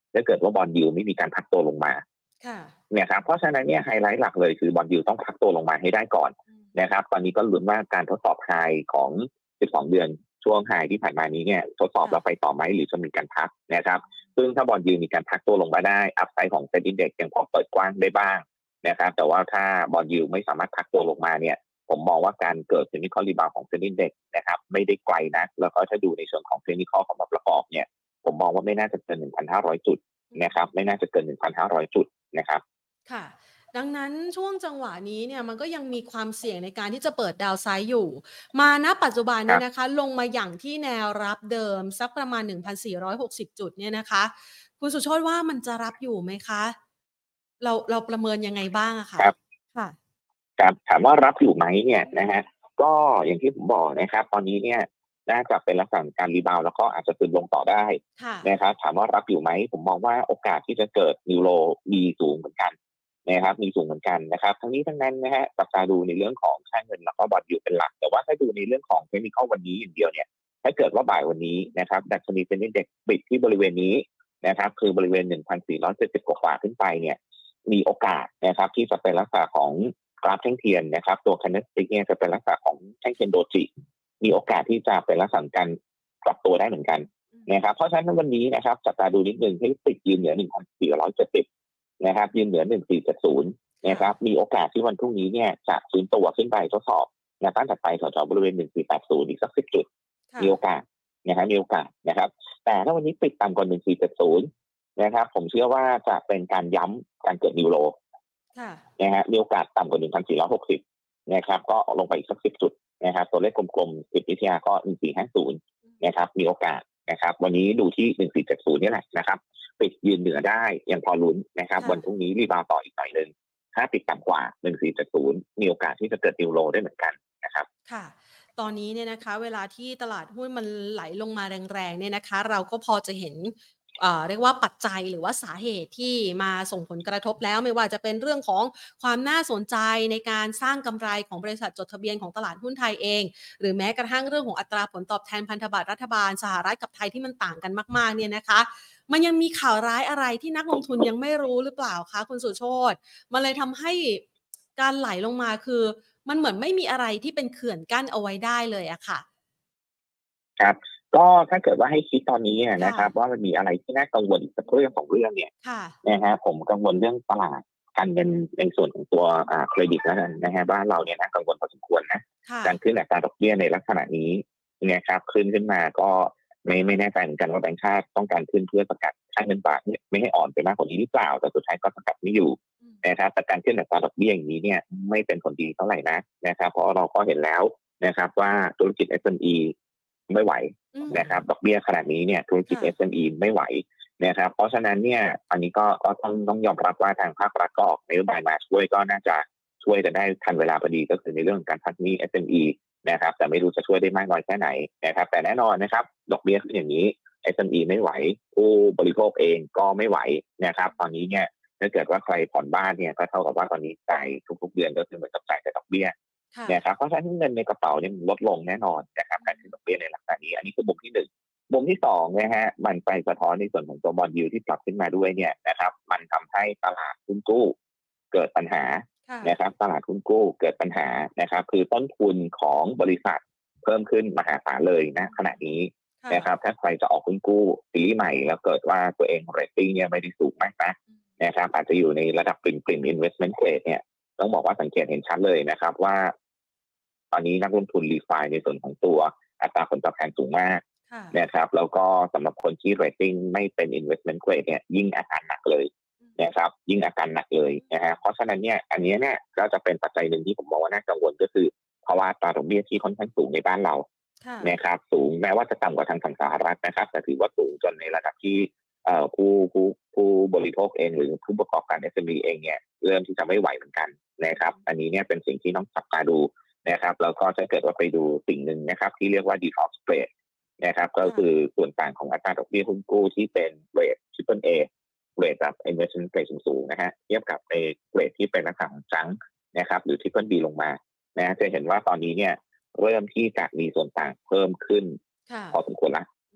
ถ้าเกิดว่าบอนด์ยิลด์ไม่มีการพักตัวลงมาเนี่ยครับเพราะฉะนั้นเนี่ยไฮไลท์หลักเลยคือบอนด์ยิลด์ต้องพักตัวลงมาให้ได้ก่อนนะครับตอนนี้ก็ลุ้นว่าการทดสอบไฮของ12 เดือนช่วงไฮที่ผ่านมานี้เนี่ยทดสอบแล้วไปต่อไหมหรือจะมีการพักนะครับซึ่งถ้าบอนด์ยิลด์มีการพักตัวลงมาได้อัพไซด์ของเซ็นดิ้งเด็กยังพอเปิดกว้างได้บ้างนะครับแต่ว่าถ้าบอนด์ยิลด์ไม่สามารถพักตัวลงมาเนี่ยผมมองว่าการเกิดเทคนิคอลรีบาวของเซ็นดิ้งเด็กนะครับไม่ได้ไกลนะแล้วก็ถ้าดูในส่วนของเทคนิคอลของมาประกอบเนี่ยผมมองว่าไม่น่าจะเกิน 1,500 จุดนะครับไม่น่าจะเกิน 1,500 จุดนะครับค่ะดังนั้นช่วงจังหวะนี้เนี่ยมันก็ยังมีความเสี่ยงในการที่จะเปิดดาวไซด์อยู่มาณปัจจุบันเนี่ยนะคะลงมาอย่างที่แนวรับเดิมสักประมาณ 1,460 จุดเนี่ยนะคะคุณสุโชติว่ามันจะรับอยู่ไหมคะเราประเมินยังไงบ้างอะคะค่ะครับถามว่ารับอยู่ไหมเนี่ยนะฮะก็อย่างที่ผมบอกนะครับตอนนี้เนี่ยน่าจะเป็นลักษณะการรีบาวแล้วก็อาจจะตึงลงต่อได้นะครับถามว่ารับอยู่ไหมผมมองว่าโอกาสที่จะเกิดนิวโรมีสูงเหมือนกันนะครับมีสูงเหมือนกันนะครับทั้งนี้ทั้งนั้นนะฮะจับตาดูในเรื่องของค่าเงินแล้วก็บอนด์ยิลด์เป็นหลักแต่ว่าถ้าดูในเรื่องของเทคนิคอลวันนี้อย่างเดียวเนี่ยถ้าเกิดว่าบ่ายวันนี้นะครับดัชนีเซ็นดิ้งเด็กปิดที่บริเวณนี้นะครับคือบริเวณ 1,470 กว่าขึ้นไปเนี่ยมีโอกาสนะครับที่จะเป็นลักษณะของกราฟแท่งเทียนนะครับตัว candlestick เนี่ยจะเป็นลักษณะของแท่งเทียนโดจิมีโอกาสที่จะเป็นลักษณะการปรับตัวได้เหมือนกันนะครับเพราะฉะนั้นวันนี้นะครับจับตาดูนิดนึงให้ติดยืนเหนือ 1,470 นะครับยืนเหนือ 1,470 นะครับมีโอกาสที่วันพรุ่งนี้เนี่ยจะฟื้นตัวขึ้นไปทดสอบแนวต้านถัดไปแถวๆบริเวณ 1,480 อีกสัก 10 จุดมีโอกาสนะครับมีโอกาสนะครับแต่ถ้าวันนี้ปิดต่ำกว่า 1,470 นะครับผมเชื่อว่าจะเป็นการย้ำการเกิดนิวโรนะฮะมีโอกาสต่ำกว่า 1,460 นะครับก็ลงไปอีกสัก 10 จุดนะครับตัวเลขกลมๆ10 วิทยาก็ 1,450 นะครับมีโอกาสนะครับวันนี้ดูที่ 1,470 นี่แหละนะครับปิดยืนเหนือได้ยังพอลุ้นนะครับวันพรุ่งนี้รีบาวต่ออีกหน่อยนึงถ้าปิดต่ำกว่า 1,470 มีโอกาสที่จะเกิดนิวโรได้เหมือนกันนะครับค่ะตอนนี้เนี่ยนะคะเวลาที่ตลาดหุ้นมันไหลลงมาแรงๆเนี่ยนะคะเราก็พอจะเห็นเรียกว่าปัจจัยหรือว่าสาเหตุที่มาส่งผลกระทบแล้วไม่ว่าจะเป็นเรื่องของความน่าสนใจในการสร้างกำไรของบริษัทจดทะเบียนของตลาดหุ้นไทยเองหรือแม้กระทั่งเรื่องของอัตราผลตอบแทนพันธบัตรรัฐบาลสหรัฐกับไทยที่มันต่างกันมากๆเนี่ยนะคะมันยังมีข่าวร้ายอะไรที่นักลงทุนยังไม่รู้หรือเปล่าคะคุณสุโชติมันเลยทำให้การไหลลงมาคือมันเหมือนไม่มีอะไรที่เป็นเขื่อนกั้นเอาไว้ได้เลยอะค่ะครับก็ถ้าเกิดว่าให้คิดตอนนี้นะครับว่ามันมีอะไรที่น่ากังวลอีกสักเรื่อง2 เรื่องเนี่ยนะฮะผมกังวลเรื่องตลาดการเงินในส่วนของตัวเครดิตแล้วกันนะฮะบ้านเราเนี่ยน่ากังวลพอสมควรนะการขึ้นอัตราดอกเบี้ยในลักษณะนี้นะครับขึ้นมาก็ไม่แน่ใจเหมือนกันว่าแบงก์ชาติต้องการขึ้นเพื่อสกัดค่าเงินบาทไม่ให้อ่อนไปมากกว่านี้หรือเปล่าแต่สุดท้ายก็สกัดไม่อยู่นะครับแต่การขึ้นอัตราดอกเบี้ยอย่างนี้เนี่ยไม่เป็นผลดีเท่าไหร่นะครับเพราะเราก็เห็นแล้วนะครับว่าธุรกิจ SME ไม่ไหวนะครับดอกเบี้ยขนาดนี้เนี่ยธุรกิจ SME ไม่ไหวนะครับเพราะฉะนั้นเนี่ยอันนี้ก็ต้องยอมรับว่าทางภาครัฐก็ออกนโยบายมาช่วยก็น่าจะช่วยกันได้ทันเวลาพอดีก็คือในเรื่องการพักหนี้ SME นะครับแต่ไม่รู้จะช่วยได้มากน้อยแค่ไหนนะครับแต่แน่นอนนะครับดอกเบี้ยขึ้นอย่างนี้ SME ไม่ไหวผู้บริโภคเองก็ไม่ไหวนะครับตอนนี้เนี่ยถ้าเกิดว่าใครผ่อนบ้านเนี่ยก็เท่ากับว่าตอนนี้จ่ายทุกๆเดือนก็คือเหมือนกับจ่ายแต่ดอกเบี้ยนะครับเพราะฉะนั้นเงินในกระเป๋าเนี่ยลดลงแน่นอนนะครับการขึ้นดอกเบี้ยในลักษณะนี้อันนี้คือมุมที่1มุมที่2นะฮะมันไปสะท้อนในส่วนของตัวบอนด์ยิลด์ที่ปรับขึ้นมาด้วยเนี่ยนะครับมันทำให้ตลาดหุ้นกู้เกิดปัญหานะครับตลาดหุ้นกู้เกิดปัญหานะครับคือต้นทุนของบริษัทเพิ่มขึ้นมหาศาลเลยนะขณะนี้นะครับถ้าใครจะออกหุ้นกู้ซีรีส์ใหม่แล้วเกิดว่าตัวเองเรตติ้งเนี่ยไม่ได้สูงมากนะครับอาจจะอยู่ในระดับปริ่ม investment grade เนี่ยต้องบอกว่าสังเกตเห็นชัดเลยนะครับว่าตอนนี้นักลงทุนรีไฟในส่วนของตัวอัตราผลตอบแทนสูงมากนะครับแล้วก็สำหรับคนที่เรตติ้งไม่เป็น investment grade เนี่ยยิ่งอาการหนักเลยนะครับยิ่งอาการหนักเลยนะฮะเพราะฉะนั้นเนี่ยอันนี้เนี่ยก็จะเป็นปัจจัยหนึ่งที่ผมมองว่าน่ากังวลก็คือเพราะว่าอัตราดอกเบี้ยที่ค่อนข้างสูงในบ้านเรานะครับสูงแม้ว่าจะต่ำกว่าทางฝั่งสหรัฐนะครับแต่ถือว่าสูงจนในระดับที่ผู้บริโภคเองหรือผู้ประกอบการ SME เองเนี่ยเริ่มที่จะไม่ไหวเหมือนกันนะครับอันนี้เนี่ยเป็นสิ่งที่ต้องจับตาดูนะครับแล้วก็จะเกิดว่าไปดูสิ่งหนึ่งนะครับที่เรียกว่า default spread นะครับก็คือส่วนต่างของอัตราดอกเบี้ยหุ้นกู้ที่เป็นเรท Triple A เรทแบบ investment grade สูงๆนะฮะเทียบกับในเรทที่เป็นลักษณะของจังนะครับหรือ Triple B ลงมานะจะเห็นว่าตอนนี้เนี่ยเริ่มที่จะมีส่วนต่างเพิ่มขึ้นพอสมควรแล้ว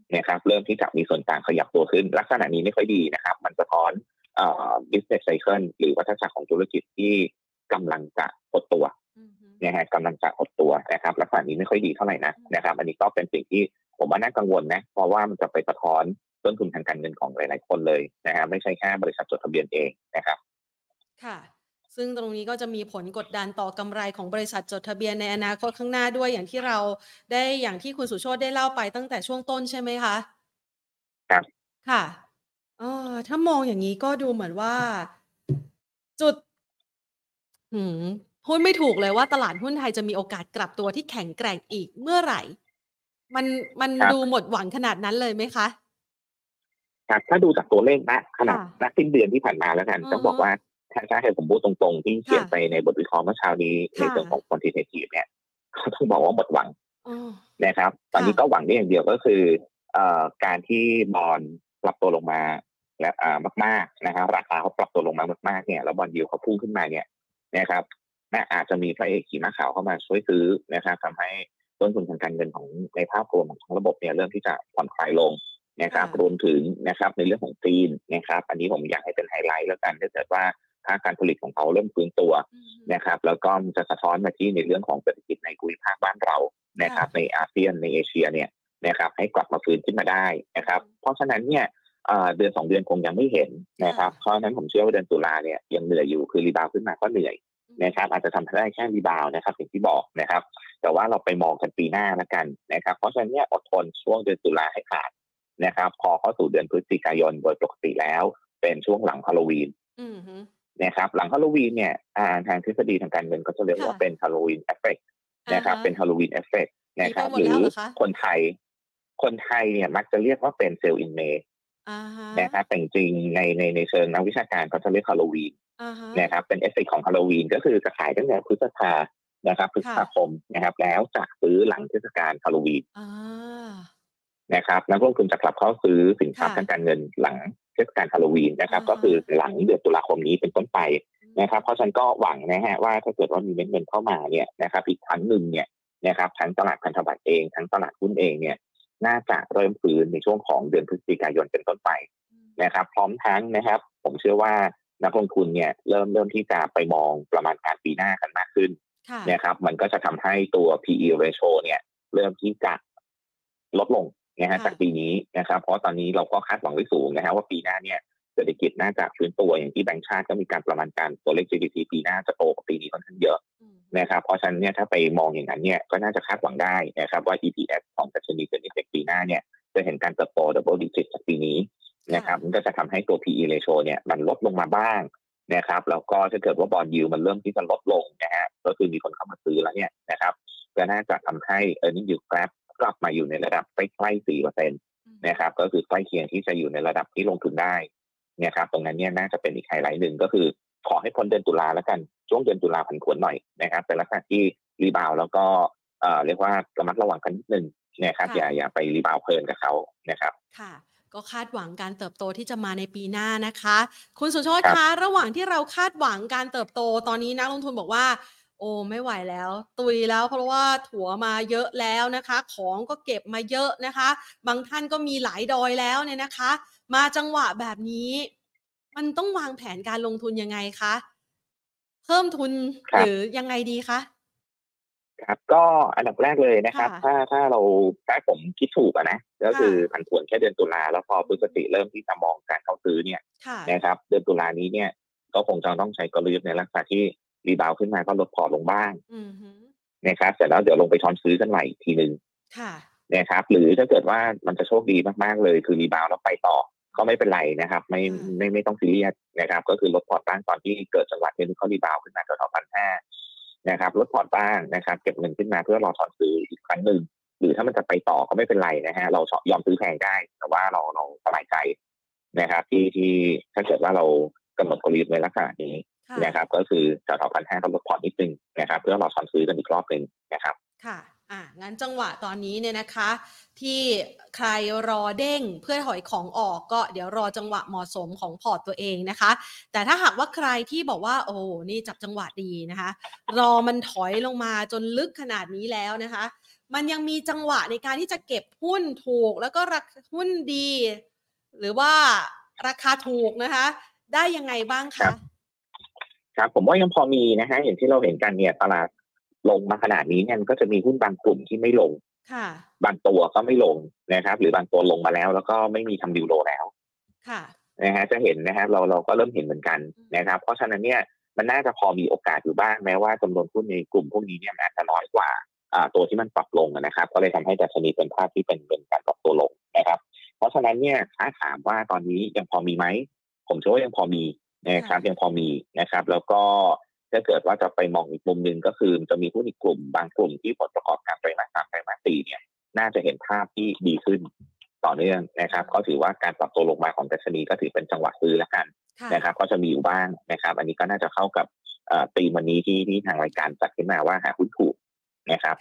นะครับเริ่มที่จะมีส่วนต่างขยับตัวขึ้นลักษณะนี้ไม่ค่อยดีนะครับมันสะท้อนbusiness cycle หรือวัฏจักรของธุรกิจที่กำลังจะหดตัวนะฮะกำลังจะหดตัวนะครับลักษณะนี้ไม่ค่อยดีเท่าไหร่นะครับอันนี้ก็เป็นสิ่งที่ผมว่าน่ากังวลนะเพราะว่ามันจะไปสะท้อนต้นทุนทางการเงินของหลายๆคนเลยนะฮะไม่ใช่แค่บริษัทจดทะเบียนเองนะครับค่ะซึ่งตรงนี้ก็จะมีผลกดดันต่อกำไรของบริษัทจดทะเบียนในอนาคตข้างหน้าด้วยอย่างที่คุณสุโชติได้เล่าไปตั้งแต่ช่วงต้นใช่ไหมคะครับค่ะถ้ามองอย่างนี้ก็ดูเหมือนว่าจุดหือพูดไม่ถูกเลยว่าตลาดหุ้นไทยจะมีโอกาสกลับตัวที่แข็งแกร่งอีกเมื่อไหร่มันมันครับดูหมดหวังขนาดนั้นเลยไหมคะครับถ้าดูจากตัวเลขณขนาดค่ะณสิ้นเดือนที่ผ่านมาแล้วกันอือฮึต้องบอกว่าถ้าให้ผมพูดตรงๆที่เขียค่ะนไปในบทวิเคราะห์เมื่อเช้านี้ในค่ะเชิงของ quantitative เนี่ยก็ต้องบอกว่าหมดหวังอ้อนะครับตอนค่ะนี้ก็หวังได้อย่างเดียวก็คือการที่บอนด์ปรับตัวลงมาและมากๆนะครับราคาเขาปรับตัวลงมามากๆเนี่ยแล้วบอนด์ยิลด์เขาพุ่งขึ้นมาเนี่ยนะครับอาจจะมีพระเอกขี่ม้าขาวเข้ามาช่วยซื้อนะครับทำให้ต้นทุนทางการเงินของในภาพรวมของทั้งระบบเนี่ยเริ่มที่จะผ่อนคลายลงนะครับรค่ะวมถึงนะครับในเรื่องของจีนนะครับอันนี้ผมอยากให้เป็นไฮไลท์แล้วกันถ้าเกิดว่าถ้าการผลิตของเขาเริ่มฟื้นตัวอือฮึนะครับแล้วก็จะสะท้อนมาที่ในเรื่องของเศรษฐกิจในภูมิภาคบ้านเรา นะครับในค่ะอาเซียนในเอเชียเนี่ยนะครับให้กลับมาฟื้นขึ้นมาได้นะครับเพราะฉะนั้นเนี่ยเดือน2เดือนคงยังไม่เห็นนะคค่ะรับเพราะฉะนั้นผมเชื่อว่าเดือนตุลาเนี่ยยังเหนื่อยอยู่คือรีบาวขึ้นมาก็เหนื่อยอืมนะครับอาจจะทำได้แค่รีบาวนะครับอย่างที่บอกนะครับแต่ว่าเราไปมองกันปีหน้าแล้วกันนะครับเพราะฉะนั้นเนี่ยอดทนช่วงเดือนตุลาให้ขาดนะครับพอเข้าสู่เดือนพฤศจิกายนโดยปกติแล้วเป็นช่วงหลังฮาโลวีนอือฮึนะครับหลังฮาโลวีนเนี่ยทางทฤษฎีทางการเงินก็จะเรียกค่ะว่าเป็นฮาโลวีนเอฟเฟกต์อะฮะนะครับเป็นฮาโลวีนเอฟเฟกต์หนีไปหมดนะครับหรือแล้วเหรอคะคนไทยคนไทยเนี่ยมักจะเรียกว่าเป็นเซลล์อินเมย์อะฮะนะครับแต่จริงๆในเชิงนักวิชาการเขาจะเรียกฮาโลวีนอะฮะนะครับเป็นเอฟเฟกต์ของฮาโลวีนก็คือจะขายตั้งแต่พฤษภานะครับพฤษค่ะภาคมนะครับแล้วจะซื้อหลังเทศกาลฮาโลวีนอานะครับนักลงทุนจะกลับเข้าซื้อสินทรัพค่ะย์ทางการเงินหลังเทศกาลฮาโลวีนนะครับอะฮะก็คือหลังเดือนตุลาคมนี้เป็นต้นไปอืนะครับเพราะฉะนั้นมก็หวังนะฮะว่าถ้าเกิดว่ามีเม็ดเงินเข้ามาเนี่ยนะครับอีกครั้งหนึ่งเนี่ยนะครับทั้งตลาดพันธบัตรเองทั้งตลาดหุ้นเองเนี่ยน่าจะเริ่มฟื้นในช่วงของเดือนพฤศจิกายนเป็นต้นไปอืมนะครับพร้อมทั้งนะครับผมเชื่อว่านักลงทุนเนี่ยเริ่มที่จะไปมองประมาณการปีหน้ากันมากขึ้นค่ะนะครับมันก็จะทำให้ตัว PE ratio เนี่ยเริ่มที่จะลดลง นะฮะค่ะจากปีนี้นะครับเพราะตอนนี้เราก็คาดหวังไว้สูงนะฮะว่าปีหน้าเนี่ยเศรษฐกิจน่าจะฟื้นตัวอย่างที่แบงก์ชาติก็มีการประมาณการตัวเลข GDP ปีหน้าจะโตกว่าปีนี้ค่อนข้างเยอะอืมนะครับเพราะฉะนั้นเนี่ยถ้าไปมองอย่างนั้นเนี่ยก็น่าจะคาดหวังได้นะครับว่า EPS ของดัชนีเซ็นดีเซ็กปีหน้าเนี่ยจะเห็นการเติบโต double digit จากปีนี้นะค่ะครับมันก็จะทำให้ตัว PE ratio เนี่ยมันลดลงมาบ้างนะครับแล้วก็ถ้าเกิดว่าบอนด์ยิลด์มันเริ่มที่จะลดลงนะฮะก็คือมีคนเข้ามาซื้อแล้วเนี่ยนะครับก็น่าจะทำให้ earning yieldกลับมาอยู่ในระดับใกล้ๆ4% อืมนะครับก็คือใกล้เคียงที่จะอยู่ในระดับที่ลงทุนได้นะครับตรงนั้นเนี่ยน่าจะเป็นอีกไฮไลท์หนึ่งก็คือขอให้พ้นเดือนตุลาแล้วกันช่วงเดือนตุลาผันผวนหน่อยนะครับเป็นลักษณะที่รีบาวแล้วก็เรียกว่าระมัดระวังกันนิดนึงนะครับค่ะอย่าไปรีบาวเพลินกับเขานะครับค่ะก็คาดหวังการเติบโตที่จะมาในปีหน้านะคะคุณสุโชติคะครับระหว่างที่เราคาดหวังการเติบโตตอนนี้นักลงทุนบอกว่าโอ้ไม่ไหวแล้วตุยแล้วเพราะว่าถัวมาเยอะแล้วนะคะของก็เก็บมาเยอะนะคะบางท่านก็มีหลายดอยแล้วเนี่ยนะคะมาจังหวะแบบนี้มันต้องวางแผนการลงทุนยังไงคะเพิ่มทุนหรือครับยังไงดีคะครับก็อันดับแรกเลยนะครัค่ะบถ้าผมคิดถูกอะนะก็ค่ะคือผันผวนแค่เดือนตุลาแล้วพอพฤศจิเริ่มที่จะมองการเข้าซื้อเนี่ยค่ะนะครับเดือนตุลานี้เนี่ยก็คงจะต้องใช้กลยุทธ์ในลักษณะที่รีบาวขึ้นมาก็ลดพอร์ตลงบ้างอือฮึนะครับเสร็จแล้วเดี๋ยวลงไปช้อนซื้อกันใหม่อีกทีหนึ่งค่ะนะครับหรือถ้าเกิดว่ามันจะโชคดีมากๆเลยคือรีบาวแล้วไปต่อก็ไม่เป็นไรนะครับค่ะไม่ต้องซีเรียสนะครับก็คือลดพอร์ตบ้างตอนที่เกิดจังหวะที่เขารีบาวขึ้นมาแถวๆ1,500นะครับลดพอร์ตบ้างนะครับเก็บเงินขึ้นมาเพื่อรอช้อนซื้ออีกครั้งหนึ่งหรือถ้ามันจะไปต่อก็ไม่เป็นไรนะฮะเรายอมซื้อแพงได้แต่ว่าเราสบายใจนะครับที่ถ้าเกิดว่าเรากำหนดกลยุทธ์ในลักษณะนี้ค่ะนะครับก็คือแถวๆ1,500ก็ลดพอร์ตนิดนึงนะครับเพื่อรอช้อนซื้อกันอีกรอบหนึ่งนะครับค่ะงั้นจังหวะตอนนี้เนี่ยนะคะที่ใครรอเด้งเพื่อถอยของออกก็เดี๋ยวรอจังหวะเหมาะสมของพอร์ตตัวเองนะคะแต่ถ้าหากว่าใครที่บอกว่าโอ้นี่จับจังหวะดีนะคะรอมันถอยลงมาจนลึกขนาดนี้แล้วนะคะมันยังมีจังหวะในการที่จะเก็บหุ้นถูกแล้วก็ราคาหุ้นดี หรือว่าราคาถูกนะคะได้ยังไงบ้างคะครับผมว่ายังพอมีนะฮะอย่างที่เราเห็นกันเนี่ยตลาดลงมาขนาดนี้เนี่ยก็จะมีหุ้นบางกลุ่มที่ไม่ลงบางตัวก็ไม่ลงนะครับหรือบางตัวลงมาแล้วก็ไม่มีทำดิวโลแล้วนะฮะจะเห็นนะฮะเราก็เริ่มเห็นเหมือนกันนะครับเพราะฉะนั้นเนี่ยมันน่าจะพอมีโอกาสอยู่บ้างแม้ว่าจำนวนหุ้นในกลุ่มพวกนี้เนี่ยอาจจะน้อยกว่าตัวที่มันปรับลงนะครับก็เลยทำให้ดัชนีเป็นภาพที่เป็นการปรับตัวลงนะครับเพราะฉะนั้นเนี่ยถ้าถามว่าตอนนี้ยังพอมีไหมผมเชื่อว่ายังพอมีนะครับยังพอมีนะครับแล้วก็ถ้าเกิดว่าจะไปมองอีกมุมหนึ่งก็คือจะมีหุ้นอีกกลุ่มบางกลุ่มที่ผลประกอบการไตรมาส 3ไตรมาส 4เนี่ยน่าจะเห็นภาพที่ดีขึ้นต่อเนื่องนะครับก็ถือว่าการปรับตัวลงมาของดัชนีก็ถือเป็นจังหวะซื้อแล้วกันนะครับก็จะมีอยู่บ้างนะครับอันนี้ก็น่าจะเข้ากับธีมวันนี้ที่ทางรายการจัดขึ้นมาว่าหาหุ้นถูกนะครับ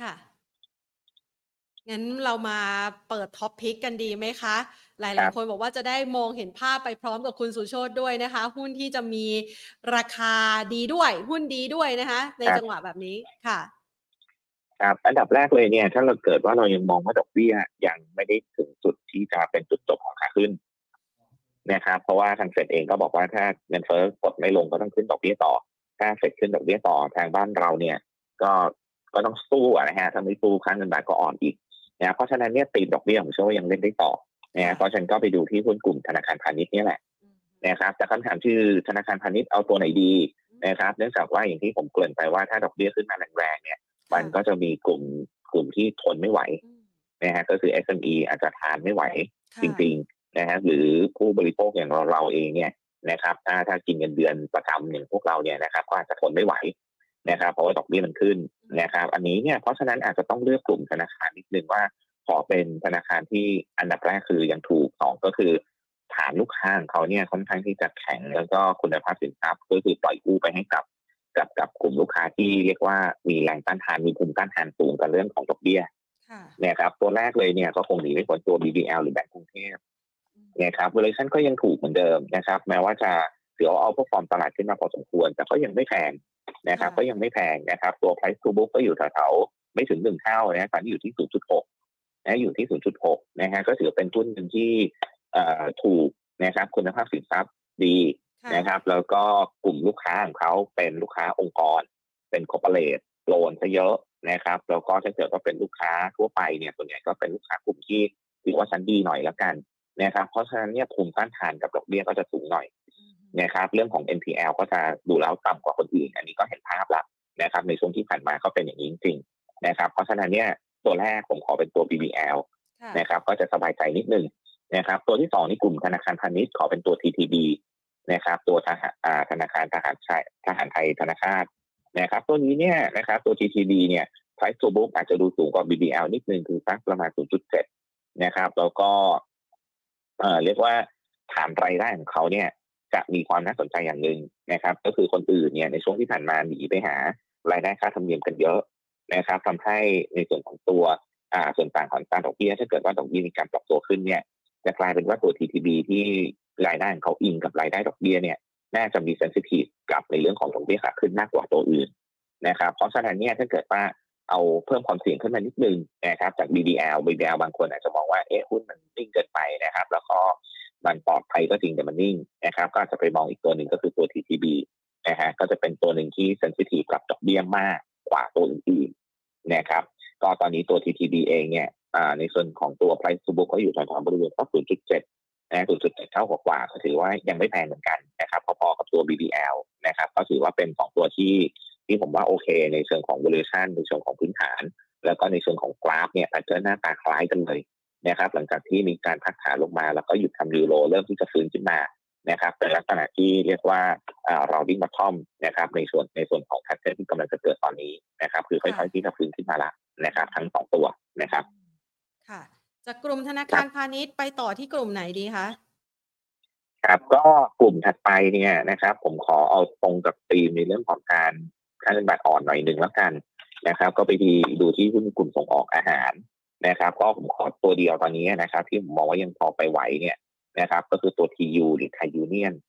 งั้นเรามาเปิดท็อปพิกกันดีไหมคะหลายๆคนบอกว่าจะได้มองเห็นภาพไปพร้อมกับคุณสุโชติด้วยนะคะหุ้นที่จะมีราคาดีด้วยหุ้นดีด้วยนะคะในจังหวะแบบนี้ค่ะครับอันดับแรกเลยเนี่ยถ้าเราเกิดว่าเรายังมองว่าดอกเบี้ยยังไม่ได้ถึงจุดที่จะเป็นจุดจบของขาขึ้นนะครับเพราะว่าทางเฟดเองก็บอกว่าถ้าเงินเฟ้อกดไม่ลงก็ต้องขึ้นดอกเบี้ยต่อถ้าเฟดขึ้นดอกเบี้ยต่อทางบ้านเราเนี่ยก็ต้องสู้นะฮะถ้าไม่สู้ค่าเงินบาทก็อ่อนอีกนะเพราะฉะนั้นเนี่ยตีดอกเบี้ยผมเชื่อว่ายังเล่นได้ต่อนะเพราะฉะนั้นก็ไปดูที่หุ้นกลุ่มธนาคารพาณิชย์นี่แหละนะครับแต่คำถามคือธนาคารพาณิชย์เอาตัวไหนดีนะครับเนื่องจากว่าอย่างที่ผมเกริ่นไปว่าถ้าดอกเบี้ยขึ้นมาแรงๆเนี่ยมันก็จะมีกลุ่มที่ทนไม่ไหวนะฮะก็คือ SME อาจจะทานไม่ไหวจริงๆนะฮะหรือผู้บริโภคอย่างเราเองเนี่ยนะครับถ้ากินเงินเดือนประจำอย่างพวกเราเนี่ยนะครับก็อาจจะทนไม่ไหวนะครับเพราะว่าดอกเบี้ยมันขึ้นนะครับอันนี้เนี่ยเพราะฉะนั้นอาจจะต้องเลือกกลุ่มธนาคารนิดนึงว่าขอเป็นธนาคารที่อันดับแรกคือยังถูก2ก็คือฐานลูกค้าของเขาเนี่ยค่อนข้างที่จะแข็งแล้วก็คุณภาพสินค้าก็คือปล่อยกู้ไปให้กับกลุ่มลูกค้าที่เรียกว่ามีแรงต้านทานมีภูมิต้านทานสูงกับเรื่องของดอกเบี้ยนะครับตัวแรกเลยเนี่ยก็คงหนีไม่พ้นตัว BBL หรือแบงก์กรุงเทพนะครับ valuation ก็ยังถูกเหมือนเดิมนะครับแม้ว่าจะถือว่าเอาพวกฟอร์มตลาดขึ้นมาพอสมควรแต่ก็ยังไม่แพงนะครับก็ยังไม่แพงนะครับตัว price to book ก็อยู่แถวๆไม่ถึง1เท่านะตอนนี้อยู่ที่ 0.6 นะอยู่ที่ 0.6 นะฮะก็ถือเป็นหุ้นนึงที่ถูกนะครับคุณภาพสินทรัพย์ดีนะครับแล้วก็กลุ่มลูกค้าของเขาเป็นลูกค้าองค์กรเป็นคอร์ปอเรทโลนซะเยอะนะครับแล้วก็ถ้าเกิดว่าเป็นลูกค้าทั่วไปเนี่ยส่วนใหญ่ก็เป็นลูกค้ากลุ่มที่ถือว่าชั้นดีหน่อยแล้วกันนะครับเพราะฉะนั้นเนี่ยภูมิต้านทานกับดอกเบี้ยก็จะสูงหน่อยนะครับเรื่องของ NPL ก็จะดูแล้วต่ำกว่าคนอื่นอันนี้ก็เห็นภาพแล้วนะครับในช่วงที่ผ่านมาก็เป็นอย่างนี้จริงๆนะครับเพราะฉะนั้นเนี่ยตัวแรกผมขอเป็นตัว BBL นะครับก็จะสบายใจนิดนึงนะครับตัวที่2นี่กลุ่มธนาคารพาณิชย์ขอเป็นตัว TTB นะครับตัวธนาคารทหารไทยธนาคารนะครับตัวนี้เนี่ยนะครับตัว TTB เนี่ย price to book อาจจะดูสูงกว่า BBL นิดนึงคือสักประมาณ 0.7 นะครับแล้วก็เรียกว่าฐานรายได้ของเขาเนี่ยจะมีความน่าสนใจอย่างหนึ่งนะครับก็คือคนอื่นเนี่ยในช่วงที่ผ่านมาหนีไปหารายได้ค่าธรรมเนียมกันเยอะนะครับทำให้ในส่วนของตัวส่วนต่างของการดอกเบี้ยถ้าเกิดว่าดอกเบี้ยมีการปรับตัวขึ้นเนี่ยจะกลายเป็นว่าตัว TTB ที่รายได้ของเขาอิงกับรายได้ดอกเบี้ยเนี่ยน่าจะมีเซนซิทีฟกับในเรื่องของดอกเบี้ยขาขึ้นมากกว่าตัวอื่นนะครับเพราะฉะนั้นเนี่ยถ้าเกิดว่าเอาเพิ่มความเสี่ยงขึ้นมานิดนึงนะครับจาก BBL บางคนอาจจะมองว่าหุ้นมันนิ่งเกินไปนะครับแล้วก็มันปลอดภัยก็จริงแต่มันนิ่งนะครับก็อาจจะไปมองอีกตัวหนึ่งก็คือตัว TTB นะฮะก็จะเป็นตัวหนึ่งที่เซนซิทีฟกับดอกเบี้ยมากกว่าตัวอื่นๆนะครับก็ตอนนี้ตัว TTB เองเนี่ยในส่วนของตัว price to book ก็อยู่แถวๆบริเวณ 0.7 นะ 0.7 เท่ากว่าก็ถือว่ายังไม่แพงเหมือนกันนะครับพอๆกับตัว BBL นะครับก็ถือว่าเป็น2ตัวที่ผมว่าโอเคในเชิงของ valuation ในเชิงของพื้นฐานแล้วก็ในเชิงของกราฟเนี่ยอาจจะหน้าตาคล้ายกันเลยนะครับหลังจากที่มีการพักฐานลงมาแล้วก็หยุดทำยูโรเริ่มที่จะฟื้นขึ้นมานะครับเป็นลักษณะที่เรียกว่าเราดิ้งมาท่อมนะครับในส่วนของแพทเทิร์นที่กำลังจะเกิดตอนนี้นะครับคือค่อยๆที่จะฟื้นขึ้นมาละนะครับทั้ง2ตัวนะครับค่ะจากกลุ่มธนาคารพาณิชย์ไปต่อที่กลุ่มไหนดีคะครับก็กลุ่มถัดไปเนี่ยนะครับผมขอเอาตรงกับธีมในเรื่องของการค่าเงินบาทอ่อนหน่อยนึงแล้วกันนะครับก็ไปดูที่หุ้นกลุ่มส่งออกอาหารนะครับก็ผมขอตัวเดียวตอนนี้นะครับที่ผมมองว่ายังพอไปไหวเนี่ยนะครับก็คือตัว TU หรือ Thai Union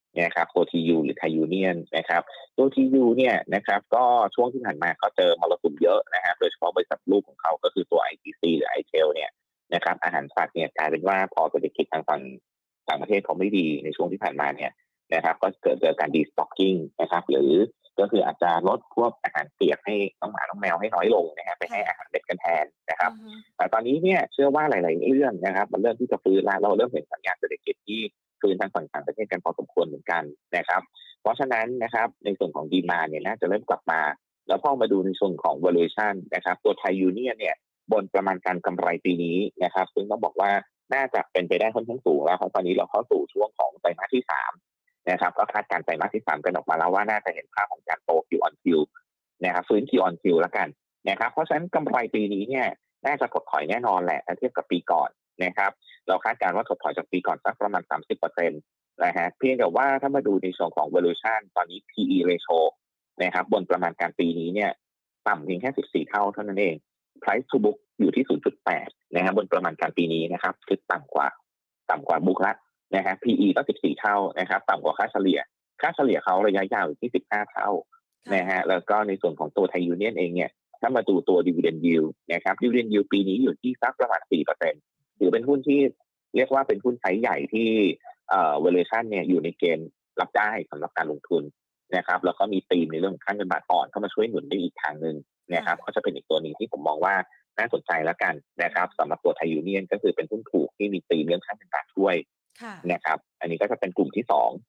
นะครับตัว TU หรือ Thai Union นะครับตัว TU เนี่ยนะครับก็ช่วงที่ผ่านมาก็เจอมรสุมเยอะนะครับโดยเฉพาะบริษัทลูกของเขาก็คือตัว ITC หรือ iTail เนี่ยนะครับอาหารสัตว์เนี่ยกลายเป็นว่าพอเศรษฐกิจทางฝั่งต่างประเทศเขาไม่ดีในช่วงที่ผ่านมาเนี่ยนะครับก็เจอการ destocking นะครับหรือก็คืออาจจะลดพวกอาหารเปียกให้น้องหมาน้องแมวให้น้อยลงนะครับไปให้อาหารเด็กกันแทนนะครับแต่ตอนนี้เนี่ยเชื่อว่าหลายๆเรื่องนะครับมันเริ่มที่จะฟื้นแล้วเราเริ่มเห็นสัญญาณเศรษฐกิจที่ฟื้นทางฝั่งต่างประเทศกันพอสมควรเหมือนกันนะครับเพราะฉะนั้นนะครับในส่วนของดีมานด์เนี่ยน่าจะเริ่มกลับมาแล้วพอมาดูในส่วนของ valuation นะครับตัว Thai Union เนี่ยบนประมาณการกำไรปีนี้นะครับซึ่งต้องบอกว่าน่าจะเป็นไปได้ค่อนข้างสูงแล้วเพราะตอนนี้เราเข้าสู่ช่วงของไตรมาสที่3นะครับก็คาดการณ์ไตรมาสที่3กันออกมาแล้วว่าน่าจะเห็นภาพของการโต Q on Q นะครับฟื้น Q on Q แล้วกันนะครับเพราะฉะนั้นกำไรปีนี้เนี่ยน่าจะถดถอยแน่นอนแหละถ้าเทียบกับปีก่อนนะครับเราคาดการณ์ว่าถดถอยจากปีก่อนสักประมาณ 30% นะฮะเพียงแต่ว่าถ้ามาดูในส่วนของ valuation ตอนนี้ PE ratio นะครับบนประมาณการปีนี้เนี่ยต่ำเพียงแค่14เท่าเท่านั้นเอง price to book อยู่ที่ 0.8 นะครับบนประมาณการปีนี้นะครับคือต่ำกว่าบุ๊กละนะฮะ PE ก็14เท่านะครับต่ำกว่าค่าเฉลี่ยเขาระยะยาวอยู่ที่15เท่านะฮะแล้วก็ในส่วนของตัว Thai Union เองเนี่ยถ้ามาดูตัว dividend yield นะครับ dividend yield ปีนี้อยู่ที่สักประมาณ 4% ถือเป็นหุ้นที่เรียกว่าเป็นหุ้นไซส์ใหญ่ที่valuation เนี่ยอยู่ในเกณฑ์รับได้สำหรับการลงทุนนะครับแล้วก็มีธีมในเรื่องของค่าเงินบาทอ่อนเข้ามาช่วยหนุนได้อีกทางนึงนะครับก็จะเป็นอีกตัวนึงที่ผมมองว่าน่าสนใจแล้วกันนะครับสำหรับตัว Thai Union ก็คือเป็นหุ้นถูกที่มีธีมเรื่องค่าเงินบาทช่วยนะครับอันนี้ก็จะเป็นกลุ่มที่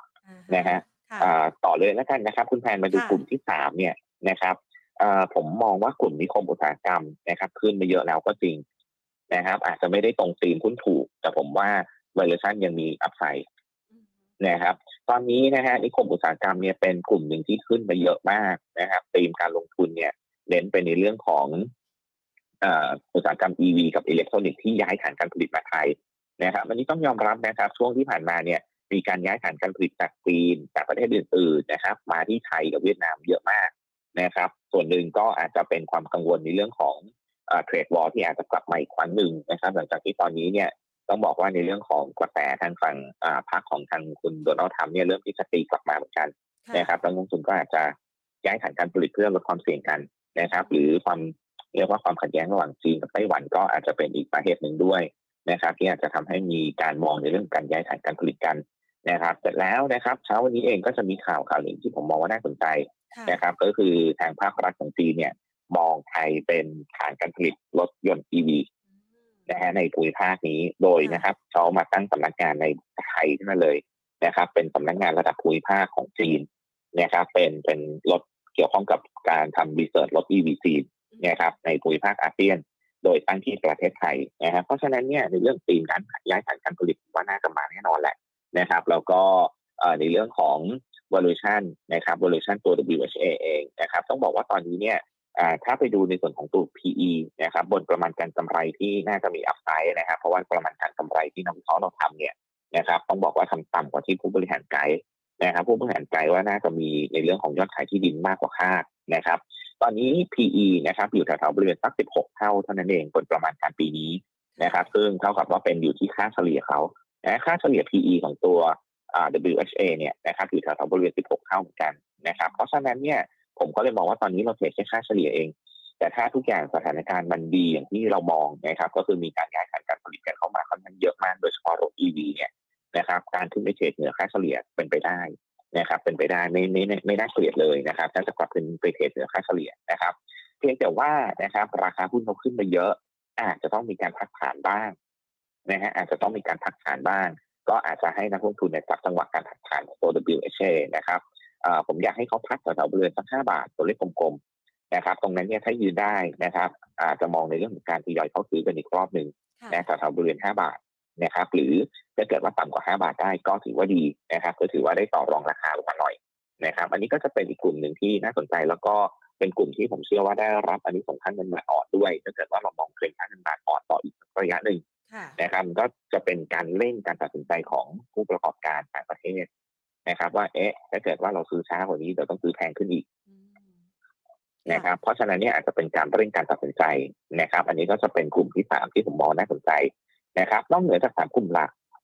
2นะฮะต่อเลยแล้วกันนะครับคุณแพนมาดูกลุ่มที่3เนี่ยนะครับผมมองว่ากลุ่มนิคมอุตสาหกรรมนะครับขึ้นมาเยอะแล้วก็จริงนะครับอาจจะไม่ได้ตรงธีมหุ้นถูกแต่ผมว่า valuation ยังมี upside นะครับตอนนี้นะฮะนิคมอุตสาหกรรมเนี่ยเป็นกลุ่มหนึ่งที่ขึ้นมาเยอะมากนะครับธีมการลงทุนเนี่ยเน้นไปในเรื่องของอุตสาหกรรม EV กับอิเล็กทรอนิกส์ที่ย้ายฐานการผลิตมาไทยนะครับอันนี้ต้องยอมรับนะครับช่วงที่ผ่านมาเนี่ยมีการย้ายฐานการผลิตจากจีนจากประเทศอื่นๆนะครับมาที่ไทยกับเวียดนามเยอะมากนะครับส่วนหนึ่งก็อาจจะเป็นความกังวลในเรื่องของเทรดวอร์ที่อาจจะกลับมาอีกครั้งหนึ่งนะครับหลังจากที่ตอนนี้เนี่ยต้องบอกว่าในเรื่องของกระแสทางฝั่งพรรคของทางคุณโดนัลด์ทรัมป์เนี่ยเริ่มที่จะตีกลับมาเหมือนกันนะครับนักลงทุนก็อาจจะย้ายฐานการผลิตเพื่อลดความเสี่ยงกันนะครับหรือความเรียกว่าความขัดแย้งระหว่างจีนกับไต้หวันก็อาจจะเป็นอีกสาเหตุหนึ่งด้วยนะครับที่อาจจะทำให้มีการมองในเรื่องการย้ายฐานการผลิตกันนะครับเสร็จแล้วนะครับเช้าวันนี้เองก็จะมีข่าวหนึ่งที่ผมมองว่าน่าสนใจนะครับก็คือทางภาครัฐของจีนเนี่ยมองไทยเป็นฐานการผลิตรถยนต์ EV นะฮะในภูมิภาคนี้โดยนะครับเขามาตั้งสำนักงานในไทยขึ้นมาเลยนะครับเป็นสำนักงานระดับภูมิภาคของจีนนะครับเป็นรถเกี่ยวข้องกับการทำรีเสิร์ชรถ EV จีนนะครับในภูมิภาคอาเซียนโดยตั้งที่ประเทศไทยนะครับเพราะฉะนั้นเนี่ยในเรื่องธีมการย้ายฐานการผลิตว่าน่าจะมาแน่นอนแหละนะครับแล้วก็ในเรื่องของ valuation นะครับ valuation ตัว WHA เองนะครับต้องบอกว่าตอนนี้เนี่ยถ้าไปดูในส่วนของตัว PE นะครับบนประมาณการกำไรที่น่าจะมีอัพไซด์นะครับเพราะว่าประมาณการกำไรที่นักวิเคราะห์เราทำเนี่ยนะครับต้องบอกว่าทำต่ำกว่าที่ผู้บริหารไกด์นะครับผู้บริหารไกด์ว่าน่าจะมีในเรื่องของยอดขายที่ดินมากกว่าคาดนะครับตอนนี้ PE นะครับอยู่แถวๆบริเวณสัก16เท่าเท่านั้นเองบนประมาณการปีนี้นะครับซึ่งเท่ากับว่าเป็นอยู่ที่ค่าเฉลี่ยเขาค่าเฉลี่ย PE ของตัว WHA เนี่ยนะครับอยู่แถวๆบริเวณ16เท่าเหมือนกันนะครับเพราะฉะนั้นเนี่ยผมก็เลยมองว่าตอนนี้เราเทรดแค่ค่าเฉลี่ยเองแต่ถ้าทุกอย่างสถานการณ์มันดีอย่างที่เรามองนะครับก็คือมีการย้ายฐานการผลิตกันเข้ามาค่อนข้างเยอะมากโดยเฉพาะรถ EV เนี่ยนะครับการขึ้นไปเทรดเหนือค่าเฉลี่ยเป็นไปได้นะครับเป็นไปได้ไม่น่าเกลียดเลยนะครับถ้าจะกลับขึ้นไปเทรดเหนือค่าเฉลี่ยนะครับเพียงแต่ว่านะครับราคาหุ้นเขาขึ้นมาเยอะอาจจะต้องมีการพักฐานบ้างนะฮะอาจจะต้องมีการพักฐานบ้างก็อาจจะให้นักลงทุนเนี่ยจับจังหวะการพักฐานของตัว WHA นะครับผมอยากให้เขาพักแถวๆบริเวณสัก5 บาทตัวเลขกลมๆนะครับตรงนั้นเนี่ยถ้ายืนได้นะครับอาจจะมองในเรื่องของการทยอยเข้าซื้อกันอีกรอบหนึ่งนะแถวๆบริเวณ5 บาทนะครับหรือถ้าเกิดว่าต่ำกว่า5 บาทได้ก็ถือว่าดีนะครับก็ถือว่าได้ต่อรองราคาลงมาหน่อยนะครับอันนี้ก็จะเป็นอีกกลุ่มหนึ่งที่น่าสนใจแล้วก็เป็นกลุ่มที่ผมเชื่อว่าได้รับอันนี้สำคัญเงินบาทอ่อนด้วยถ้าเกิดว่าเรามองเทรนด์ค่าเงินบาทอ่อนต่ออีกระยะหนึ่งนะครับก็จะเป็นการเร่งการตัดสินใจของผู้ประกอบการต่างประเทศนะครับว่าถ้าเกิดว่าเราซื้อช้ากว่านี้เดี๋ยวต้องซื้อแพงขึ้นอีกนะครับเพราะฉะนั้นเนี่ยอาจจะเป็นการเร่งการตัดสินใจนะครับอันนี้ก็จะเป็นกลุ่มที่3ที่ผมมองน่าสนใจนะครับนอกเหนือจาก3กลุ่มหลัก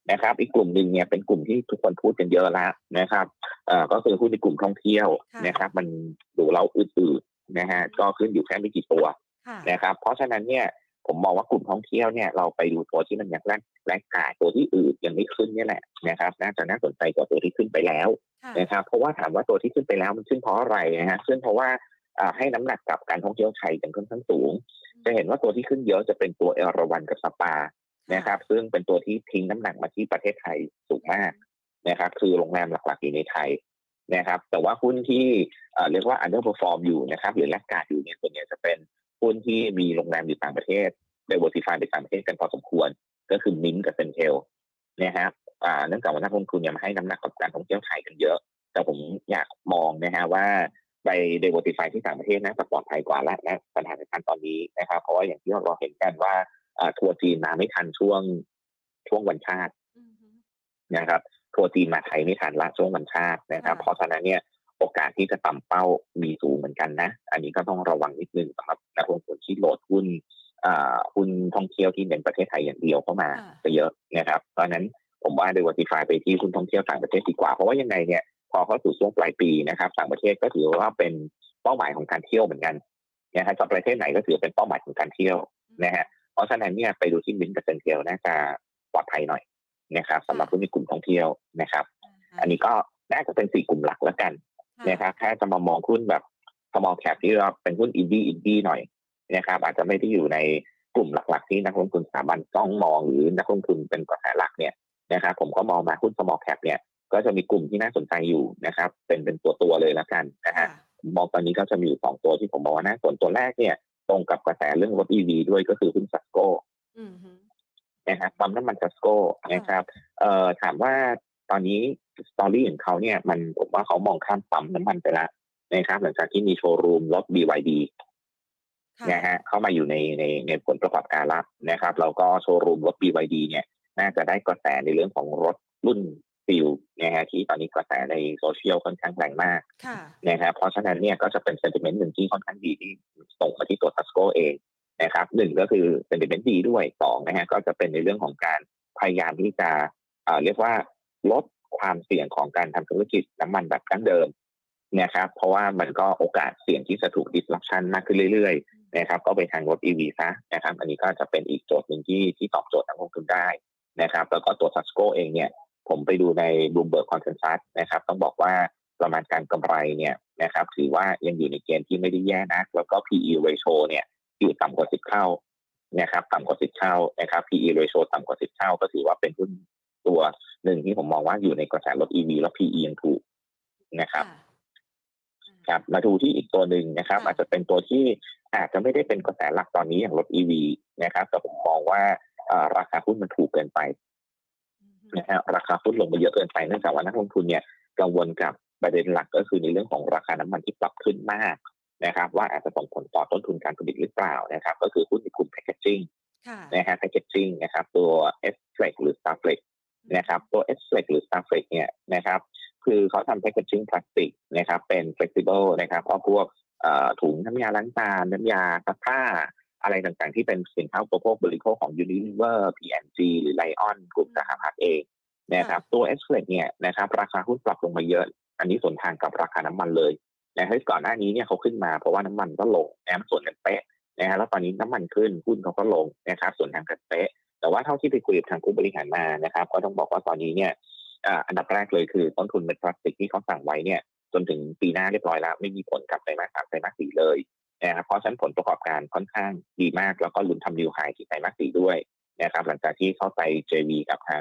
นะครับอีกกลุ่มหนึ่งเนี่ยเป็นกลุ่มที่ทุกคนพูดกันเยอะแล้วนะครับก็คือหุ้นในกลุ่มท่องเที่ยวนะครับมันดูแล้วอืดๆนะฮะก็ขึ้นอยู่แค่ไม่กี่ตัวนะครับเพราะฉะนั้นเนี่ยผมมองว่ากลุ่มท่องเที่ยวเนี่ยเราไปดูตัวที่มันยังแรกกาตัวที่อื่นยังไม่ขึ้นนี่แหละนะครับน่าสนใจกว่าตัวที่ขึ้นไปแล้วนะครับเพราะว่าถามว่าตัวที่ขึ้นไปแล้วมันขึ้นเพราะอะไรนะฮะขึ้นเพราะว่าให้น้ำหนักกับการท่องเที่ยวไทยกันค่อนข้างสูงจะเห็นว่าตัวที่ขึ้นเยอะจะเป็นตัวเอราวัณกับสปานะครับซึ่งเป็นตัวที่ทิ้งน้ำหนักมาที่ประเทศไทยสูงมากนะครับคือโรงแรมหลักๆอยู่ในไทยนะครับแต่ว่าหุ้นที่เรียกว่า underperform อยู่นะครับหรือแลกขาดอยู่เนี่ยส่วนใหญ่จะเป็นหุ้นที่มีโรงแรมอยู่ต่างประเทศ diversify ไปต่างประเทศกันพอสมควรก็คือมิ้นท์กับเซนเทลนะครับเนื่องจากว่านักลงทุนยังให้น้ำหนักกับการท่องเที่ยวไทยกันเยอะแต่ผมอยากมองนะฮะว่าไป diversify ที่ต่างประเทศน่าจะปลอดภัยกว่าและสถานการณ์ตอนนี้นะครับเพราะว่าอย่างที่เราเห็นกันว่าทัวร์จีนมาไม่ทันช่วงวันชาตินะครับทัวร์จีนมาไทยไม่ทันละช่วงวันชาตินะครับเพราะฉะนั้นเนี่ยโอกาสที่จะต่ำเป้ามีสูงเหมือนกันนะอันนี้ก็ต้องระวังนิดนึงสำหรับนักลงทุนที่โหลดหุ้นท่องเที่ยวที่เป็นประเทศไทยอย่างเดียวเข้ามาไปเยอะนะครับเพราะนั้นผมว่า diversify ไปที่หุ้นท่องเที่ยวต่างประเทศดีกว่าเพราะว่ายังไงเนี่ยพอเข้าสู่ช่วงปลายปีนะครับต่างประเทศก็ถือว่าเป็นเป้าหมายของการเที่ยวเหมือนกันนะฮะจากประเทศไหนก็ถือเป็นเป้าหมายของการเที่ยวนะฮะเพราะฉะนั้นเนี่ยไปดูที่มิ้นท์กับเซนเทลน่าจะปลอดภัยหน่อยนะครับสำหรับหุ้นในกลุ่มท่องเที่ยวนะครับอันนี้ก็น่าจะเป็น4กลุ่มหลักแล้วกันนะครับถ้าจะมามองหุ้นแบบ small cap ที่เราเป็นหุ้นอินดี้หน่อยนะครับอาจจะไม่ได้อยู่ในกลุ่มหลักๆที่นักลงทุนสถาบันต้องมองหรือนักลงทุนเป็นกระแสหลักเนี่ยนะครับผมก็มองมาหุ้น small cap เนี่ยก็จะมีกลุ่มที่น่าสนใจอยู่นะครับเป็นตัวเลยแล้วกันนะฮะมองตอนนี้ก็จะมีอยู่2ตัวที่ผมมองว่าน่าสนตัวแรกเนี่ยตรงกับกระแสเรื่องรถ EV ด้วยก็คือหุ้นซัสโก้นะครับปั๊มน้ำมันซัสโก้นะครับถามว่าตอนนี้สตอรี่ของเขาเนี่ยผมว่าเขามองข้ามปั๊มน้ำมันไปแล้วนะครับหลังจากที่มีโชว์รูมรถ BYD นะฮะเข้ามาอยู่ในผลประกอบการแล้วนะครับแล้วก็โชว์รูมรถ BYD เนี่ยน่าจะได้กระแสในเรื่องของรถรุ่นฟิลนะฮะที่ตอนนี้กระแสในโซเชียลค่อนข้างแรงมากนะครับเพราะฉะนั้นเนี่ยก็จะเป็นเซนติเมนต์หนึ่งที่ค่อนข้างดีที่ส่งมาที่ตัวซัสโก้เองนะครับ1ก็คือเซนติเมนต์ดีด้วย2นะฮะก็จะเป็นในเรื่องของการพยายามที่จะเรียกว่าลดความเสี่ยงของการทำธุรกิจน้ำมันแบบดั้งเดิมนะครับเพราะว่ามันก็โอกาสเสี่ยงที่จะถูก disruption มากขึ้นเรื่อยๆนะครับก็ไปทางรถ EV ซะนะครับอันนี้ก็จะเป็นอีกโจทย์หนึ่งที่ตอบโจทย์นักลงทุนได้นะครับแล้วก็ตัว Tasco เองเนี่ยผมไปดูใน Bloomberg Consensus นะครับต้องบอกว่าประมาณการกำไรเนี่ยนะครับถือว่ายังอยู่ในเกณฑ์ที่ไม่ได้แย่นักแล้วก็ PE ratio เนี่ยอยู่ต่ำกว่า10เท่านะครับต่ำกว่า10เท่านะครับ PE ratio ต่ำกว่า10เท่าก็ถือว่าเป็นหุ้นตัวหนึ่งที่ผมมองว่าอยู่ในกระแสรถ EV แล้ว PE ยังถูกนะครับครับมาดูที่อีกตัวหนึ่งนะครับอาจจะเป็นตัวที่อาจจะไม่ได้เป็นกระแสหลักตอนนี้อย่างรถ EV นะครับแต่ผมมองว่าราคาหุ้นมันถูกเกินไปนะฮะราคาหุ้นลงมาเยอะเกินไปเนื่องจากว่านักลงทุนเนี่ยกังวลกับประเด็นหลักก็คือในเรื่องของราคาน้ำมันที่ปรับขึ้นมากนะครับว่าอาจจะส่งผลต่อต้นทุนการผลิตหรือเปล่านะครับก็คือหุ้นในกลุ่ม packaging นะฮะ packaging นะครับตัว S-Flex หรือ Starflex นะครับตัว S-Flex หรือ Starflex เนี่ยนะครับคือเขาทำ packaging พลาสติกนะครับเป็น flexible นะครับเพราะพวกถุงน้ำยาล้างจานน้ำยาซักผ้าอะไรต่างๆที่เป็นสินค้าอุปโภคบริโภคของ Unilever P&G หรือ Lion กลุ่มสหภาพเองนะครับตัว S-Flex เนี่ยนะครับราคาหุ้นปรับลงมาเยอะอันนี้สวนทางกับราคาน้ำมันเลยนะให้ก่อนหน้านี้เนี่ยเขาขึ้นมาเพราะว่าน้ำมันก็ลงนะส่วนกันเป๊ะนะฮะแล้วตอนนี้น้ำมันขึ้นหุ้นเขาก็ลงนะครับส่วนทางกันเป๊ะแต่ว่าเท่าที่ไปคุยกับทางผู้บริหารมานะครับก็ต้องบอกว่าตอนนี้เนี่ยอันดับแรกเลยคือต้นทุนเม็ดพลาสติกที่เขาสั่งไว้เนี่ยจนถึงปีหน้าเรียบร้อยแล้วไม่มีผลกับไตรมาส3ไตรมาส4เลยนะครับเพราะฉะนั้นผลประกอบการค่อนข้างดีมากแล้วก็ลุ้นทำนิวไฮที่ไตรมาส4ด้วยนะครับหลังจากที่เข้าไป JV กับทาง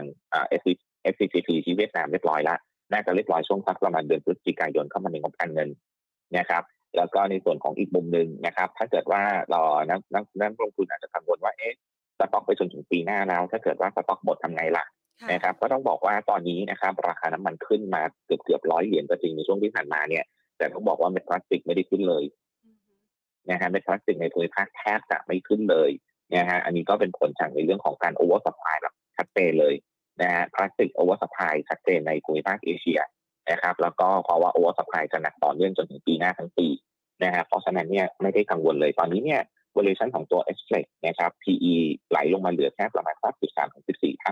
SCCP ที่เวียดนามเรียบร้อยแล้วน่าจะเรียบร้อยช่วงสักประมาณเดือนพฤศจิกายนเข้ามาในงบการเงินนะครับแล้วก็ในส่วนของอีกมุมหนึ่งนะครับถ้าเกิดว่าเรานักลงทุนอาจจะกังวลว่าสต็อกไปจนถึงปีหน้าแล้วถ้าเกิดว่าสต็อกหมดทำไงล่ะนะครับก็ต้องบอกว่าตอนนี้นะครับราคาน้ำมันขึ้นมาเกือบ$100ก็จริงในช่วงที่ผ่านมาเนี่ยแต่ต้องบอกว่าเม็ดพลาสติกไม่ได้ขึ้นเลยนะฮะเม็ดพลาสติกในภูมิภาคแทบจะไม่ขึ้นเลยนะฮะอันนี้ก็เป็นผลจากในเรื่องของการโอเวอร์ซัพพลายแบบชัดเจนเลยนะฮะพลาสติกโอเวอร์ซัพพลายชัดเจนในภูมิภาคเอเชียนะครับแล้วก็เพราะว่าโอเวอร์ซัพพลายจะหนักต่อเนื่องจนถึงปีหน้าทั้งปีนะฮะเพราะฉะนั้นเนี่ยไม่ได้กังวลเลยตอนนี้เนี่ย valuation ของตัว S-Flex นะครับ PE ไหลลงมาเหลือแค่ประมาณสัก13-14 เท่า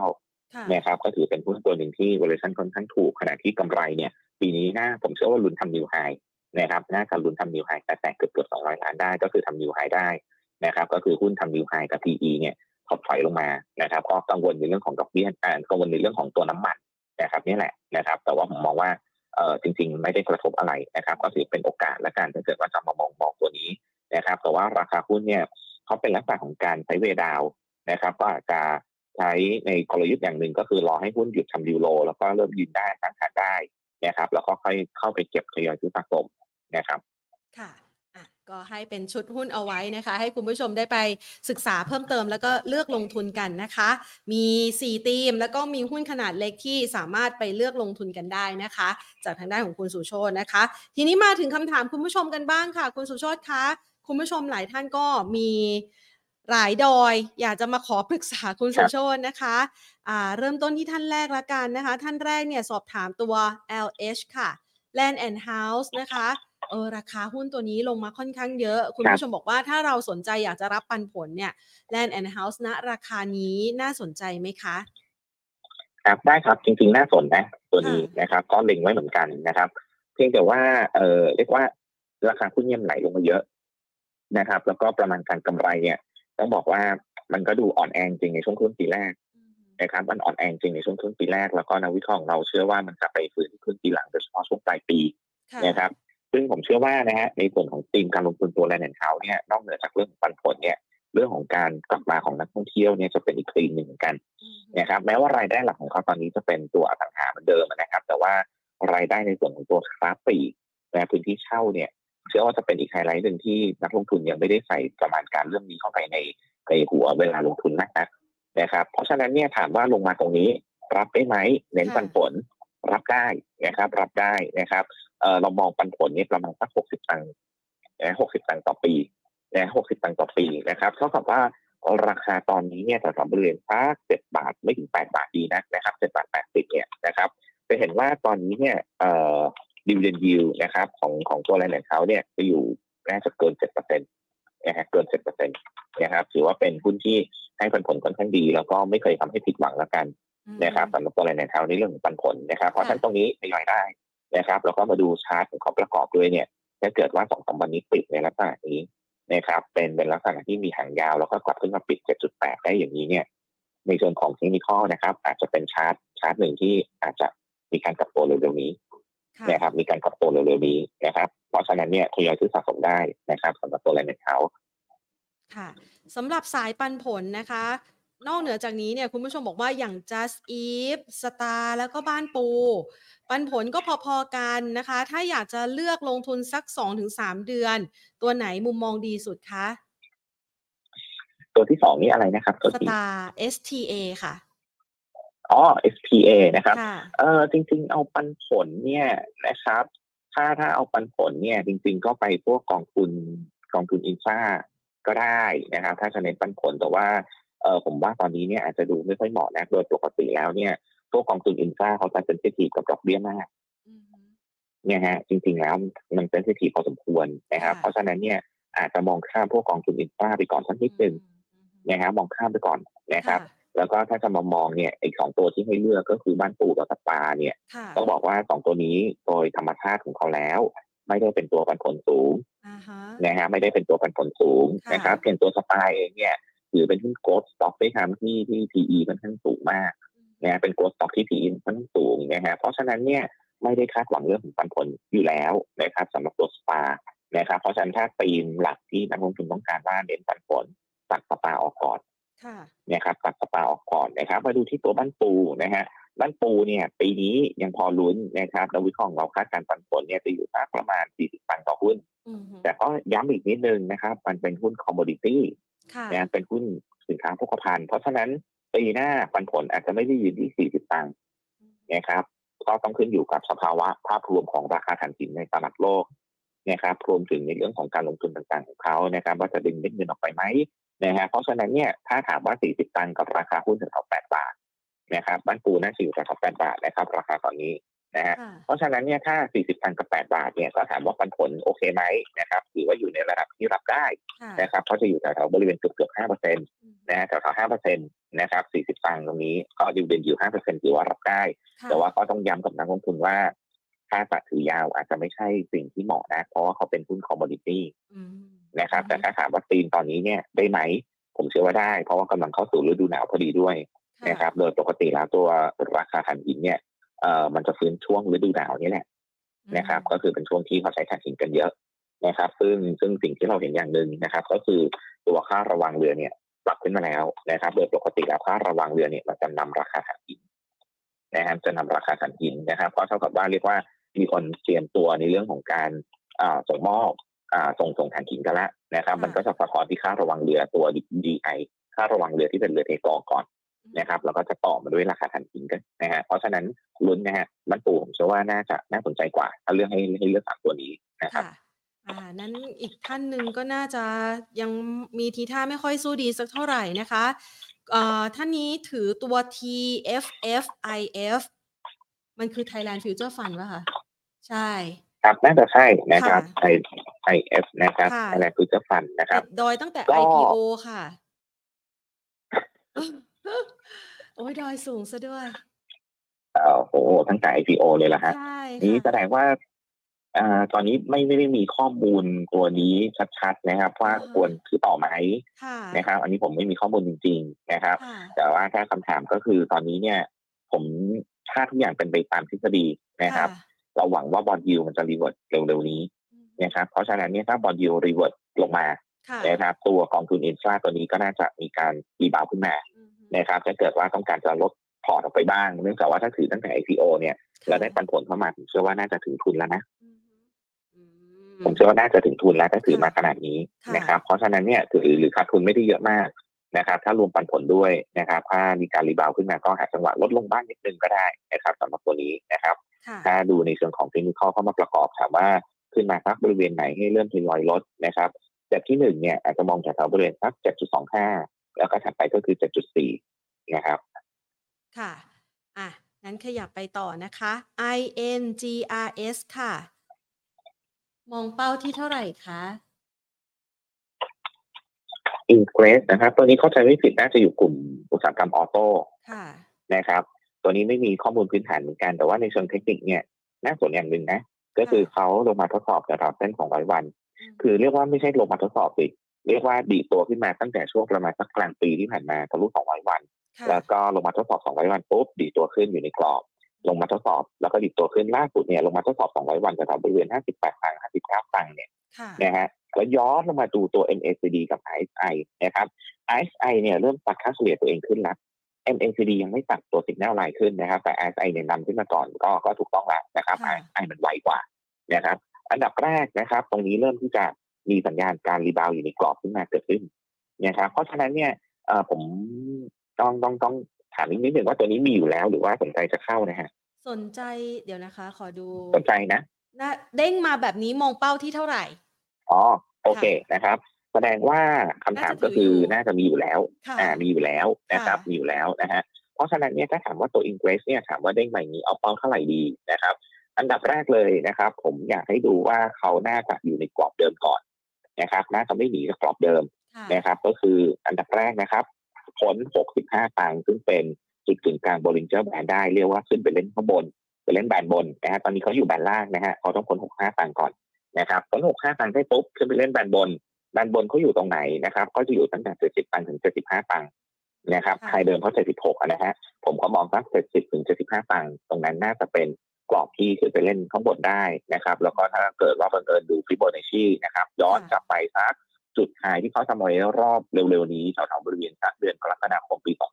นะครับก็ถือเป็นหุ้นตัวหนึ่งที่ valuation ค่อนข้างถูกขณะที่กำไรเนี่ยปีนี้ผมเชื่อว่าลุ้นทำ new high นะครับน่าจะลุ้นทำ new high แต่เกือบ200 ล้านได้ก็คือทำ new high ได้นะครับก็คือหุ้นทำ new high กับ PE เนี่ยถอยลงมานะครับก็กังวลในเรื่องของดอกเบี้ยกังวลในเรื่องของตัวน้ำมันนะครับนี่แหละนะครับแต่ว่าผมมองว่าจริงๆไม่ได้กระทบอะไรนะครับก็ถือเป็นโอกาสและการถ้าเกิดว่าจะมามองตัวนี้นะครับแต่ว่าราคาหุ้นเนี่ยเขาเป็นลักษณะของการใช้เวดาวนะครับก็อาจจะใช้ในกลยุทธ์อย่างหนึ่งก็คือรอให้หุ้นหยุดทำดิวโลแล้วก็เริ่มยืนได้ตั้งขาได้นะครับแล้วก็ค่อยเข้าไปเก็บทยอยซื้อสะสมนะครับค่ะก็ให้เป็นชุดหุ้นเอาไว้นะคะให้คุณผู้ชมได้ไปศึกษาเพิ่มเติมแล้วก็เลือกลงทุนกันนะคะมี4ธีมแล้วก็มีหุ้นขนาดเล็กที่สามารถไปเลือกลงทุนกันได้นะคะจากทางด้านของคุณสุโชตินะคะทีนี้มาถึงคำถามคุณผู้ชมกันบ้างค่ะคุณสุโชติคะคุณผู้ชมหลายท่านก็มีหลายดอยอยากจะมาขอปรึกษาคุณสุโชตินะคะเริ่มต้นที่ท่านแรกละกันนะคะท่านแรกเนี่ยสอบถามตัว LH ค่ะ Land and House นะคะราคาหุ้นตัวนี้ลงมาค่อนข้างเยอะคุณผู้ชมบอกว่าถ้าเราสนใจอยากจะรับปันผลเนี่ย Land and House ณราคานี้น่าสนใจไหมคะครับได้ครับจริงๆน่าสนนะตัวนี้นะครับก็เล็งไว้เหมือนกันนะครับเพียงแต่ว่าเรียกว่าราคาหุ้นไหลลงมาเยอะนะครับแล้วก็ประมาณการกำไรเนี่ยต้องบอกว่ามันก็ดูอ่อนแอจริงในช่วงครึ่งปีแรกนะครับมันอ่อนแอจริงในช่วงครึ่งปีแรกแล้วก็นักวิเคราะห์ของเราเชื่อว่ามันจะไปฟื้นครึ่งปีหลังโดยเฉพาะช่วงปลายปีนะครับซึ่งผมเชื่อว่านะฮะในส่วนของธีมการลงทุนตัว Land and House เนี่ยนอกเหนือจากเรื่องปันผลเนี่ยเรื่องของการกลับมาของนักท่องเที่ยวเนี่ยจะเป็นอีกธีมหนึ่งเหมือนกันนะครับแม้ว่ารายได้หลักของเขาตอนนี้จะเป็นตัวอสังหาเหมือนเดิมนะครับแต่ว่ารายได้ในส่วนของตัวค้าปลีกและพื้นที่เช่าเนี่ยเชื่อว่าจะเป็นอีกไฮไลท์หนึ่งที่นักลงทุนยังไม่ได้ใส่ประมาณการเรื่องนี้เข้าไปในหัวเวลาลงทุนนะครับเพราะฉะนั้นเนี่ยถามว่าลงมาตรงนี้รับได้ไหมเน้นปันผลรับได้นะครับรับได้นะครับเรามองปันผลนี่ประมาณสัก60 ตังค์60 ตังค์ต่อปี60 ตังค์ต่อปีนะครับเท่ากับว่าราคาตอนนี้เนี่ยแถวๆบริเวณสัก7 บาทไม่ถึง8 บาทดีนะครับ7 บาท 80เนี่ยนะครับจะเห็นว่าตอนนี้เนี่ยdividend yield นะครับของตัวLand and Houseเนี่ยจะอยู่น่าจะเกิน 7% นะฮะเกิน 7% นะครับถือว่าเป็นหุ้นที่ให้ปันผลค่อนข้างดีแล้วก็ไม่เคยทำให้ผิดหวังแล้วกันนะครับสำหรับตัวLand and Houseในเรื่องของปันผลนะครับเพราะฉะนั้นตรงนี้ทยอยได้นะครับแล้วก็มาดูชาร์ตของเขาประกอบด้วยเนี่ยถ้าเกิดว่า 2-3 วันนี้ปิดในลักษณะนี้นะครับเป็นลักษณะที่มีหางยาวแล้วก็กลับขึ้นมาปิด 7.8 ได้อย่างนี้เนี่ยในส่วนของเทคนิคนะครับอาจจะเป็นชาร์ตหนึ่งที่อาจจะมีการกลับตัวเร็วๆนี้นะครับมีการกลับตัวเร็วๆนี้นะครับเพราะฉะนั้นเนี่ยทยอยซื้อสะสมได้นะครับสำหรับตัวLand and House ค่ะสำหรับสายปันผลนะคะนอกเหนือจากนี้เนี่ยคุณผู้ชมบอกว่าอย่าง Just Eat Star แล้วก็บ้านปูปันผลก็พอๆกันนะคะถ้าอยากจะเลือกลงทุนสัก 2-3 เดือนตัวไหนมุมมองดีสุดคะตัวที่2นี่อะไรนะครับตัวที่ Star STA ค่ะ SPA นะครับจริงๆเอาปันผลเนี่ยนะครับถ้าเอาปันผลเนี่ยจริงๆก็ไปพวกกองทุนอินฟราก็ได้นะครับถ้าจะเน้นปันผลแต่ว่าผมว่าตอนนี้เนี่ยอาจจะดูไม่ค่อยเหมาะนะโดยปกติแล้วเนี่ยพวกกองทุนอินฟราเขาจะเซนซิทีฟกับดอกเบี้ยมากเนี่ยฮะจริงๆแล้วมันเซนซิทีฟพอสมควรนะครับเพราะฉะนั้นเนี่ยอาจจะมองข้ามพวกกองทุนอินฟราไปก่อนสักนิดนึงนะครับมองข้ามไปก่อนนะครับแล้วก็ถ้าจะมองเนี่ยอีก2ตัวที่ให้เลือกก็คือบ้านปูกับสปาเนี่ยต้องบอกว่า2ตัวนี้โดยธรรมชาติของเขาแล้วไม่ได้เป็นตัวปันผลสูงนะฮะไม่ได้เป็นตัวปันผลสูงนะครับเพียงตัวสปาเองเนี่ยถือเป็นหุ้นโกลด์สต็อกได้ทำที่ PE ค่อนข้างสูงมากนะเป็นโกลด์สต็อกที่ PE ค่อนข้างสูงนะฮะเพราะฉะนั้นเนี่ยไม่ได้คาดหวังเรื่องของปันผลอยู่แล้วนะครับสำหรับตัวสปานะครับเพราะฉะนั้นถ้าธีมหลักที่นักลงทุนต้องการว่าเน้นปันผลตัดสปาออกก่อนนะครับตัดสปาออกก่อนนะครับมาดูที่ตัวบ้านปูนะฮะบ้านปูเนี่ยปีนี้ยังพอลุ้นนะครับนักวิเคราะห์ของเราคาดการปันผลเนี่ยจะอยู่สักประมาณ40 ตังค์ต่อหุ้นแต่ก็ย้ำอีกนิดนึงนะครับมันเป็นหุ้นคอมโมดิตี้นะเป็นหุ้นสินค้าโภคภัณฑ์เพราะฉะนั้นปีหน้าปันผลอาจจะไม่ได้ยืนที่40 ตังค์นะครับก็ต้องขึ้นอยู่กับสภาวะภาพรวมของราคาถ่านหินในตลาดโลกนะครับรวมถึงในเรื่องของการลงทุนต่างๆของเขานะครับว่าจะดึงเม็ดเงินออกไปไหมนะฮะเพราะฉะนั้นเนี่ยถ้าถามว่า40 ตังค์กับราคาหุ้นถึง8 บาทนะครับบ้านปูน่าจะอยู่กับ8 บาทนะครับราคาตอนนี้นะฮะเพราะฉะนั้นเนี่ยถ้า40 ตังค์กับ8 บาทเนี่ยก็ถามว่าปันผลโอเคไหมนะครับถือว่าอยู่ในระดับที่รับได้นะครับเพราะจะอยู่แถวๆบริเวณเกือบ 5% นะฮะแถวๆ5%นะครับ40ตังค์ตรงนี้ก็ดิวิเดนด์ยิลด์ 5% ถือว่ารับได้แต่ว่าก็ต้องย้ำกับนักลงทุนว่าถ้าจะถือยาวอาจจะไม่ใช่สิ่งที่เหมาะนะเพราะว่าเขาเป็นหุ้นคอมโมดิตี้นะครับแต่ถ้าถามว่าธีมตอนนี้เนี่ยได้ไหมผมเชื่อว่าได้เพราะว่ากำลังเข้าสู่ฤดูหนาวพอดีด้วยนะครับโดยปกติแล้วตัวราคาถ่านหินเนี่ยมันจะฟื้นช่วงฤดูหนาวนี่แหละนะครับก็คือเป็นช่วงที่เขาใช้ถ่านหินกันเยอะนะครับซึ่งสิ่งที่เราเห็นอย่างหนึ่งนะครับก็คือตัวค่าระวังเรือเนี่ยปรับขึ้นมาแล้วนะครับโดยปกติแล้วค่าระวังเรือเนี่ยมันจะนำราคาถ่านหินนะครับจะนำราคาถ่านหินนะครับก็เท่ากับว่าเรียกว่ามีคนเตรียมตัวในเรื่องของการส่งมอบส่งถ่านหินกันแล้วนะครับมันก็จะสะท้อนที่ค่าระวังเรือตัว DI ค่าระวังเรือที่เป็นเรือเทกอก่อนนะครับแล้วก็จะต่อมาด้วยราคาถ่านหินกันนะฮะเพราะฉะนั้นลุ้นนะฮะมันปูผมเชื่อว่าน่าสนใจกว่าถ้าเลือกให้เลือก3ตัวนี้นะครับนั้นอีกท่านหนึ่งก็น่าจะยังมีทีท่าไม่ค่อยสู้ดีสักเท่าไหร่นะคะท่านนี้ถือตัว TFFIF มันคือ Thailand Future Fund ป่ะคะใช่ครับน่าจะใช่นะครับ IF นะครับ Thailand Future Fund นะครับดอยตั้งแต่ IPO ค่ะโอ้ยดอยสูงซะด้วยโอ้โหตั้งแต่ IPO เลยล่ะฮะนี้แสดงว่าตอนนี้ไม่ได้มีข้อมูลตัวนี้ชัดๆนะครับว่าควรถือต่อไหมนะครับอันนี้ผมไม่มีข้อมูลจริงๆนะครับแต่ว่าถ้าคำถามก็คือตอนนี้เนี่ยผมถ้าทุกอย่างเป็นไปตามทฤษฎีนะครับเราหวังว่าบอนด์ยิลด์มันจะรีเวิร์สเร็วๆนี้นะครับเพราะฉะนั้นเนี่ยถ้าบอนด์ยิลด์รีเวิร์สลงมานะครับตัวกองทุนอินฟราตัวนี้ก็น่าจะมีการรีบาวขึ้นมานะครับถ้าเกิดว่าต้องการจะลดพอร์ตออกไปบ้างเนื่องจากว่าถ้าถือตั้งแต่ IPO เนี่ยแล้วได้ปันผลเข้ามาผมเชื่อว่าน่าจะถึงทุนแล้วนะผมเชื่อว่าน่าจะถึงทุนแล้วถ้าถือมาขนาดนี้นะครับเพราะฉะนั้นเนี่ยถือหรือขาดทุนไม่ได้เยอะมากนะครับถ้ารวมปันผลด้วยนะครับถ้ามีการรีบาวขึ้นมาก็หาจังหวะลดลงบ้างนิดนึงก็ได้นะครับสำหรับตัวนี้นะครับถ้าดูในเชิงของเทคนิคเข้ามาประกอบถามว่าขึ้นมาสักบริเวณไหนให้เริ่มทยอยลดนะครับแบบที่1เนี่ยอาจจะมองจากแถวบริเวณสัก 7.25 แล้วก็ถัดไปก็คือ 7.4 นะครับค่ะงั้นขยับไปต่อนะคะ INGRS ค่ะมองเป้าที่เท่าไหร่คะอินเกรสนะครับตัวนี้เข้าใจไม่ผิดน่าจะอยู่กลุ่มอุตสาหกรรมออโต้นะครับตัวนี้ไม่มีข้อมูลพื้นฐานเหมือนกันแต่ว่าในเชิงเทคนิคเนี่ยน่าสนอย่างหนึ่งนะก็คือเขาลงมาทดสอบระดับเส้น200วันคือเรียกว่าไม่ใช่ลงมาทดสอบสิเรียกว่าดีตัวขึ้นมาตั้งแต่ช่วงประมาณสักกลางปีที่ผ่านมาทะลุ200วันแล้วก็ลงมาทดสอบ200วันปุ๊บดีตัวขึ้นอยู่ในกรอบลงมาทดสอบแล้วก็ดีตัวขึ้นล่าสุดเนี่ยลงมาทดสอบ200วันจากบริเวณ58ตังค์59ตังค์เนี่ยนะฮะแล้วย้อนลงมาดูตัว MACD กับ RSI นะครับ RSI เนี่ยเริ่มตัดค่าเฉลี่ยตัวเองขึ้นแล้ว MACD ยังไม่ตัดตัวสิกแนลไลน์ขึ้นนะครับแต่ RSI เนี่ยนำขึ้นมาก่อนก็ถูกต้องแล้วนะครับ RSI มันไวกว่านะครับอันดับแรกนะครับตรงนี้เริ่มที่จะมีสัญญาณการรีบาวอยู่ในกรอบขึ้นมาเกิดขึ้นนะครับเพราะฉะนั้นเนี่ยผมต้องถามนิดนึงว่าตัวนี้มีอยู่แล้วหรือว่าสนใจจะเข้านะฮะสนใจเดี๋ยวนะคะขอดูสนใจนะเด้งมาแบบนี้มองเป้าที่เท่าไหร่โอเคนะครับแสดงว่าคำถามก็คือน่าจะมีอยู่แล้วมีอยู่แล้วนะครับมีอยู่แล้วนะฮะเพราะฉะนั้นเนี่ยถ้าถามว่าตัวอินเกรสเนี่ยถามว่าเด้งใหม่นี้เอาเป้าเท่าไหร่ดีนะครับอันดับแรกเลยนะครับผมอยากให้ดูว่าเขาน่าจะอยู่ในกรอบเดิมก่อนนะครับน่าจะไม่หนีจากกรอบเดิมนะครับก็คืออันดับแรกนะครับพ้น65ตังค์ซึ่งเป็นจุดกึ่งกลาง Bollinger Band ได้เรียกว่าขึ้นไปเล่นข้างบนไปเล่นแบนบนนะฮะตอนนี้เขาอยู่แบนล่างนะฮะเขาต้องพ้น65ตังค์ก่อนนะครับพ้น65ตังค์ได้ปุ๊บขึ้นไปเล่นแบนบนเขาอยู่ตรงไหนนะครับก็จะอยู่ตั้งแต่70ตังค์ถึง75ตังค์นะครับไฮเดิมเขา76นะฮะผมก็มองสัก70ถึง75ตังค์ตรงนั้นน่าจะเป็นกรอบที่ขึ้นไปเล่นข้างบนได้นะครับแล้วก็ถ้าเกิดว่าบังเอิญดูฟิโบนัชชีนะครับย้อนกลับไปสักจุดไฮที่เขาทำไว้รอบเร็วๆนี้แถวๆบริเวณสักเดือนกรกฎาคมปี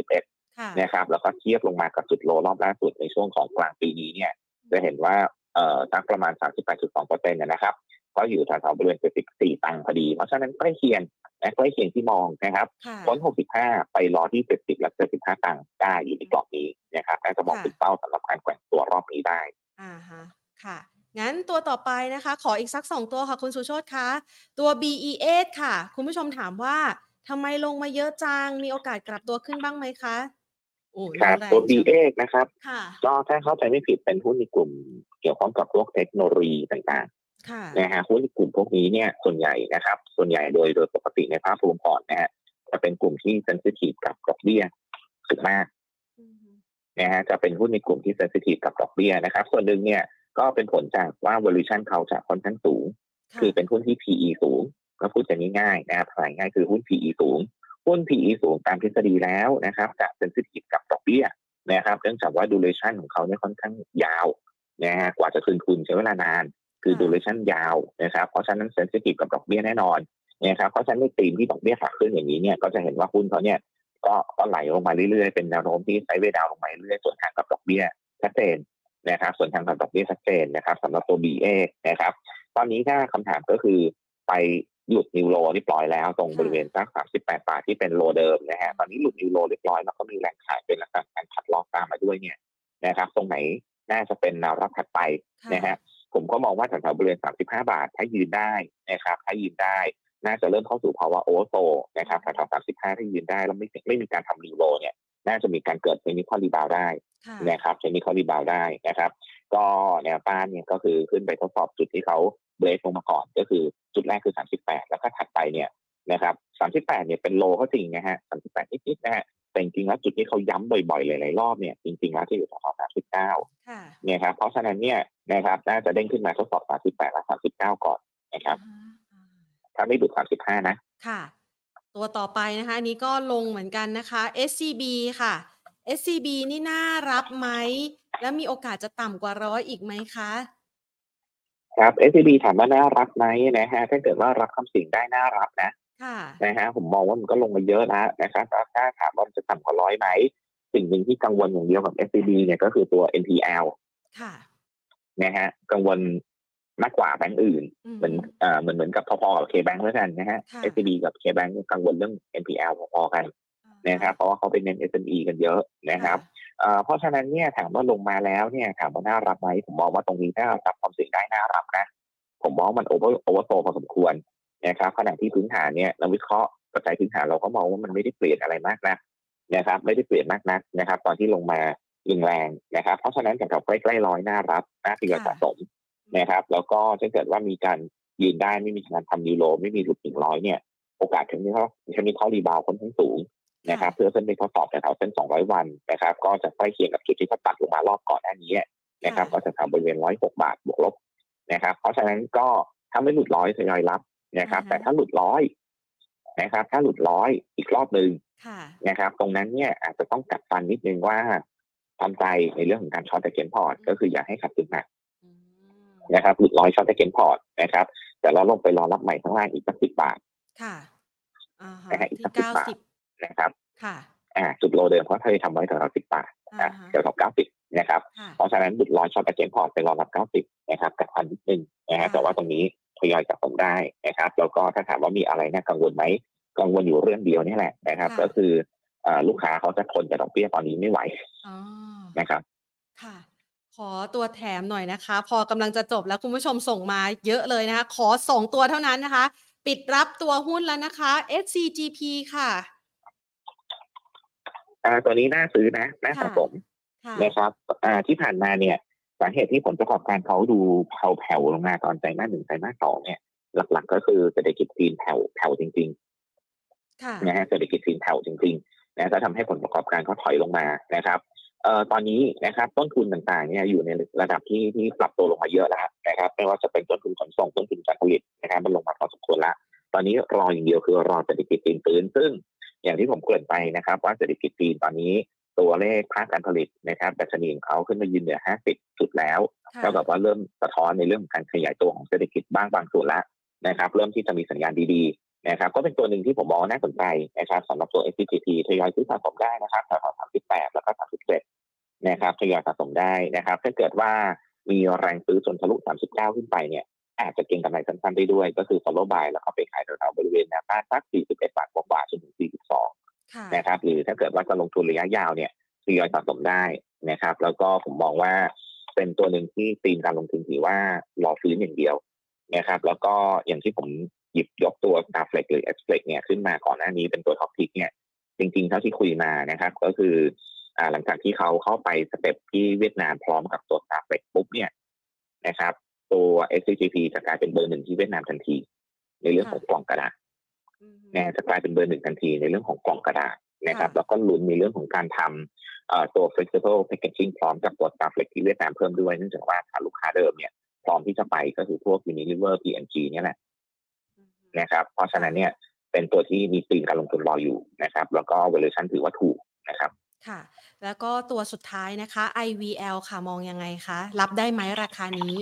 2021นะครับแล้วก็เทียบลงมากับจุดโลรอบล่าสุดในช่วงของกลางปีนี้เนี่ยจะเห็นว่าสักประมาณ 38.2% นะครับก็อยู่แถวๆบริเวณ74ตังค์พอดีเพราะฉะนั้นใกล้เคียงที่มองนะครับพ้น65ไปรอที่70และ75ตังค์ได้อยู่ในกรอบนี้นะครับน่าจะมองเป็นเป้าสำหรับการแกว่งตัวรอบนี้ได้ค่ะงั้นตัวต่อไปนะคะขออีกสัก2ตัวค่ะคุณสุโชติคะตัว BE8 ค่ะคุณผู้ชมถามว่าทำไมลงมาเยอะจังมีโอกาสกลับตัวขึ้นบ้างไหมคะครับตัว BE8 นะครับก็ถ้าเข้าใจไม่ผิดเป็นหุ้นในกลุ่มเกี่ยวข้องกับพวกเทคโนโลยีต่างๆนะฮะหุ้นในกลุ่มพวกนี้เนี่ยส่วนใหญ่โดยปกติในภาพรวมก่อนนะฮะจะเป็นกลุ่มที่เซนซิทีฟกับดอกเบี้ยสูงมากนะฮะจะเป็นหุ้นในกลุ่มที่เซนซิทีฟกับดอกเบี้ยนะครับส่วนหนึ่งเนี่ยก็เป็นผลจากว่า valuation เขาจะค่อนข้างสูงคือเป็นหุ้นที่ PE สูงก็พูดกันง่ายๆนะครับภาษาง่ายคือหุ้น PE สูงหุ้น PE สูงตามทฤษฎีแล้วนะครับจะเซนซิทีฟกับดอกเบี้ยนะครับเนื่องจากว่า duration ของเขาเนี่ยค่อนข้างยาวนะฮะกว่าจะคืนทุนใช้เวลานานคือ duration ยาวนะครับเพราะฉะนั้นเซนซิทีฟกับดอกเบี้ยแน่นอนนะครับเพราะฉะนั้นในธีมที่ดอกเบี้ยขาขึ้นอย่างนี้เนี่ยก็จะเห็นว่าหุ้นเขาเนี่ยก็ไหลลงมาเรื่อยๆเป็นแนวโน้มที่ไซด์เวย์ดาวน์ลงมาเรื่อยๆส่วนทางกับดอกเบี้ยชัดเจนนะครับส่วนทางกับดอกเบี้ยชัดเจนนะครับสำหรับตัว BA นะครับตอนนี้ถ้าคำถามก็คือไปหลุดนิวโลเรียบร้อยแล้วตรงบริเวณสัก38 บาทที่เป็นโลเดิมนะฮะตอนนี้หลุดนิวโลเรียบร้อยแล้วก็มีแรงขายเป็นลักษณะการขัดล็อกตามมาด้วยเนี่ยนะครับตรงไหนน่าจะเป็นแนวรับถัดไปนะฮะผมก็มองว่าแถวๆบริเวณ35 บาทถ้ายืนได้นะครับถ้ายืนได้น่าจะเริ่มเข้าสู่ภาวะโอเวอร์โซนะครับแถวๆ35ถ้ายืนได้แล้วไม่มีการทำนิวโลเนี่ยน่าจะมีการเกิดเทคนิคอลรีบาวด์ได้นะครับเทคนิคอลรีบาวด์ได้นะครับก็แนวต้านเนี่ยก็คือขึ้นไปทดสอบจุดที่เขาเบรกลงมาก่อนก็คือจุดแรกคือ38แล้วก็ถัดไปเนี่ยนะครับ38เนี่ยเป็นโลก็จริงนะฮะ38นิดๆนะฮะแต่จริงๆแล้วจุดที่เขาย้ำบ่อยๆหลายๆรอบเนี่ยจริงๆแล้วที่อยู่แถวๆ39เนี่ยครับเพราะฉะนั้นเนี่ยนะครับน่าจะเด้งขึ้นมาทดสอบ38และ39ก่อนนะครับถ้าไม่หลุด35นะค่ะตัวต่อไปนะคะนี้ก็ลงเหมือนกันนะคะ SCB ค่ะ SCB นี่น่ารับไหมแล้วมีโอกาสจะต่ำกว่า100อีกไหมคะครับ SCB ถามว่าน่ารับไหมนะฮะถ้าเกิดว่ารับคำสิ่งได้น่ารับนะนะฮะผมมองว่ามันก็ลงมาเยอะแล้วนะครับถ้าถามว่ามันจะต่ำกว่า100ไหมสิ่งหนึ่งที่กังวลอย่างเดียวกับ SCB เนี่ยก็คือตัว NPL ค่ะนะฮะกังวลมากกว่าแบงก์อื่นเหมือนกับพอๆกับ KBank แล้วกันนะฮะ SCB กับ KBank กังวลเรื่อง NPL พอๆกันนะครับเพราะว่าเขาเป็นเน้น SME กันเยอะนะครับเพราะฉะนั้นเนี่ยถามว่าลงมาแล้วเนี่ยถามว่าน่ารับไหมผมมองว่าตรงนี้ถ้ารับความเสี่ยงได้น่ารับนะผมมองมันโอเวอร์โซพอสมควรนะครับขณะที่พื้นฐานเนี่ยเราวิเคราะห์ปัจจัยพื้นฐานเราก็มองว่ามันไม่ได้เปลี่ยนอะไรมากนะครับไม่ได้เปลี่ยนมากนักนะครับตอนที่ลงมาแรงนะครับเพราะฉะนั้นจากใกล้ๆร้อยน่ารับน่าทยอยสะสมนะครับแล้วก็ถ้าเกิดว่ามีการยืนได้ไม่มีการทำยูโรไม่มีหลุด100เนี่ยโอกาสถึงนี้เขารีบาวค่อนข้างสูงนะครับเพื่อเส้นเป็นข้อสอบแถวเส้น200วันนะครับก็จะใกล้เคียงกับจุดที่เขาตัดลงมารอบก่อนหน้านี้นะครับก็จะทำบริเวณ106 บาทบวกลบนะครับเพราะฉะนั้นก็ถ้าไม่หลุด100ทยอยรับนะครับแต่ถ้าหลุด100นะครับถ้าหลุด100อีกรอบนึงนะครับตรงนั้นเนี่ยอาจจะต้องกัดฟันนิดนึงว่าทำใจในเรื่องของการช็อตเทคนิคพอร์ตก็คืออย่าให้ขาดทุนหนักนะครับหลุด100ช็อตเทคนิคพอร์ตนะครับแต่เราลงไปรอรับใหม่ข้างล่างอีกสัก10 บาทค่ะนะฮะอีกสัก10 บาทนะครับค่ะจุดโลเดิมเพราะถ้าทำไว้แถว10 บาทแถว90นะครับเพราะฉะนั้นหลุด100ช็อตเทคนิคพอร์ตไปรอรับ90นะครับกัดฟันนิดนึงนะฮะแต่ว่าตรงนี้ทยอยสะสมได้นะครับแล้วก็ถ้าถามว่ามีอะไรน่ากังวลไหมกังวลอยู่เรื่องเดียวนี่แหละนะครับก็คือลูกค้าเขาจะทนกับดอกเบี้ยตอนนี้ไม่ไหวนะครับค่ะขอตัวแถมหน่อยนะคะพอกำลังจะจบแล้วคุณผู้ชมส่งมาเยอะเลยนะคะขอ2ตัวเท่านั้นนะคะปิดรับตัวหุ้นแล้วนะคะ SCGP ค่ะตัวนี้น่าซื้อนะน่าสะสมนะครับที่ผ่านมาเนี่ยสาเหตุที่ผลประกอบการเขาดูแผ่วลงมาตอนไตรมาส 1ไตรมาส 2เนี่ยหลักๆก็คือเศรษฐกิจจีนแผ่วจริงๆนะฮะเศรษฐกิจจีนแผ่วจริงๆนะจะทำให้ผลประกอบการเขาถอยลงมานะครับตอนนี้นะครับต้นทุนต่างๆเนี่ยอยู่ในระดับที่ปรับตัวลงมาเยอะแล้วนะครับไม่ว่าจะเป็นต้นทุนขนส่งต้นทุนการผลิตนะครับมันลงมาพอสมควรแล้วตอนนี้รออย่างเดียวคือรอเศรษฐกิจจีนฟื้นซึ่งอย่างที่ผมเกริ่นไปนะครับว่าเศรษฐกิจจีนตอนนี้ตัวเลขภาคการผลิตนะครับดัชนีของเขาขึ้นมายืนเหนือ50จุดแล้วเท่ากับว่าเริ่มสะท้อนในเรื่องของการขยายตัวของเศรษฐกิจบางส่วนแล้วนะครับเริ่มที่จะมีสัญญาณดีๆนะครับก็เป็นตัวหนึ่งที่ผมมองน่าสนใจนะครับสำหรับตัว SCGP ทยอยซื้อสะสมได้นะครับแถว38แล้วก็37นะครับทยอยสะสมได้นะครับถ้าเกิดว่ามีแรงซื้อจนทะลุ39ขึ้นไปเนี่ยอาจจะเก็งกำไรสั้นๆได้ด้วยก็คือ follow buy แล้วก็ไปขายแถวๆบริเวณแนวต้านสัก41 บาทกว่าจนถึง42นะครับหรือถ้าเกิดว่าจะลงทุนระยะยาวเนี่ยทยอยสะสมได้นะครับแล้วก็ผมมองว่าเป็นตัวหนึ่งที่ธีมการลงทุนถือว่ารอฟื้นอย่างเดียวนะครับแล้วก็อย่างที่ผมหยิบยกตัว Starflex หรือ Xflex เนี่ยขึ้นมาก่อนหน้านี้เป็นตัวท็อปพิกเนี่ยจริงๆเท่าที่คุยมานะครับก็คือหลังจากที่เขาเข้าไปสเต็ปที่เวียดนามพร้อมกับตัว Starflex ปุ๊บเนี่ยนะครับตัว SCGP จะกลายเป็นเบอร์ 1ที่เวียดนามทันทีในเรื่องของกล่องกระดาษนะจะกลายเป็นเบอร์หนึ่งทันทีในเรื่องของกล่องกระดาษนะครับค่ะแล้วก็ลุ้นในเรื่องของการทำตัว flexible packaging พร้อมกับตัว Starflex ที่เวียดนามเพิ่มด้วยเนื่องจากว่าฐานลูกค้าเดิมเนี่ยพร้อมที่จะไปก็คือพวก Unilever P&G เนี่ยแหละนะครับเพราะฉะนั้นเนี่ยเป็นตัวที่มีธีมการลงทุนรออยู่นะครับแล้วก็ valuation ถือว่าถูกนะครับค่ะแล้วก็ตัวสุดท้ายนะคะ IVL ค่ะมองยังไงคะรับได้ไหมราคานี้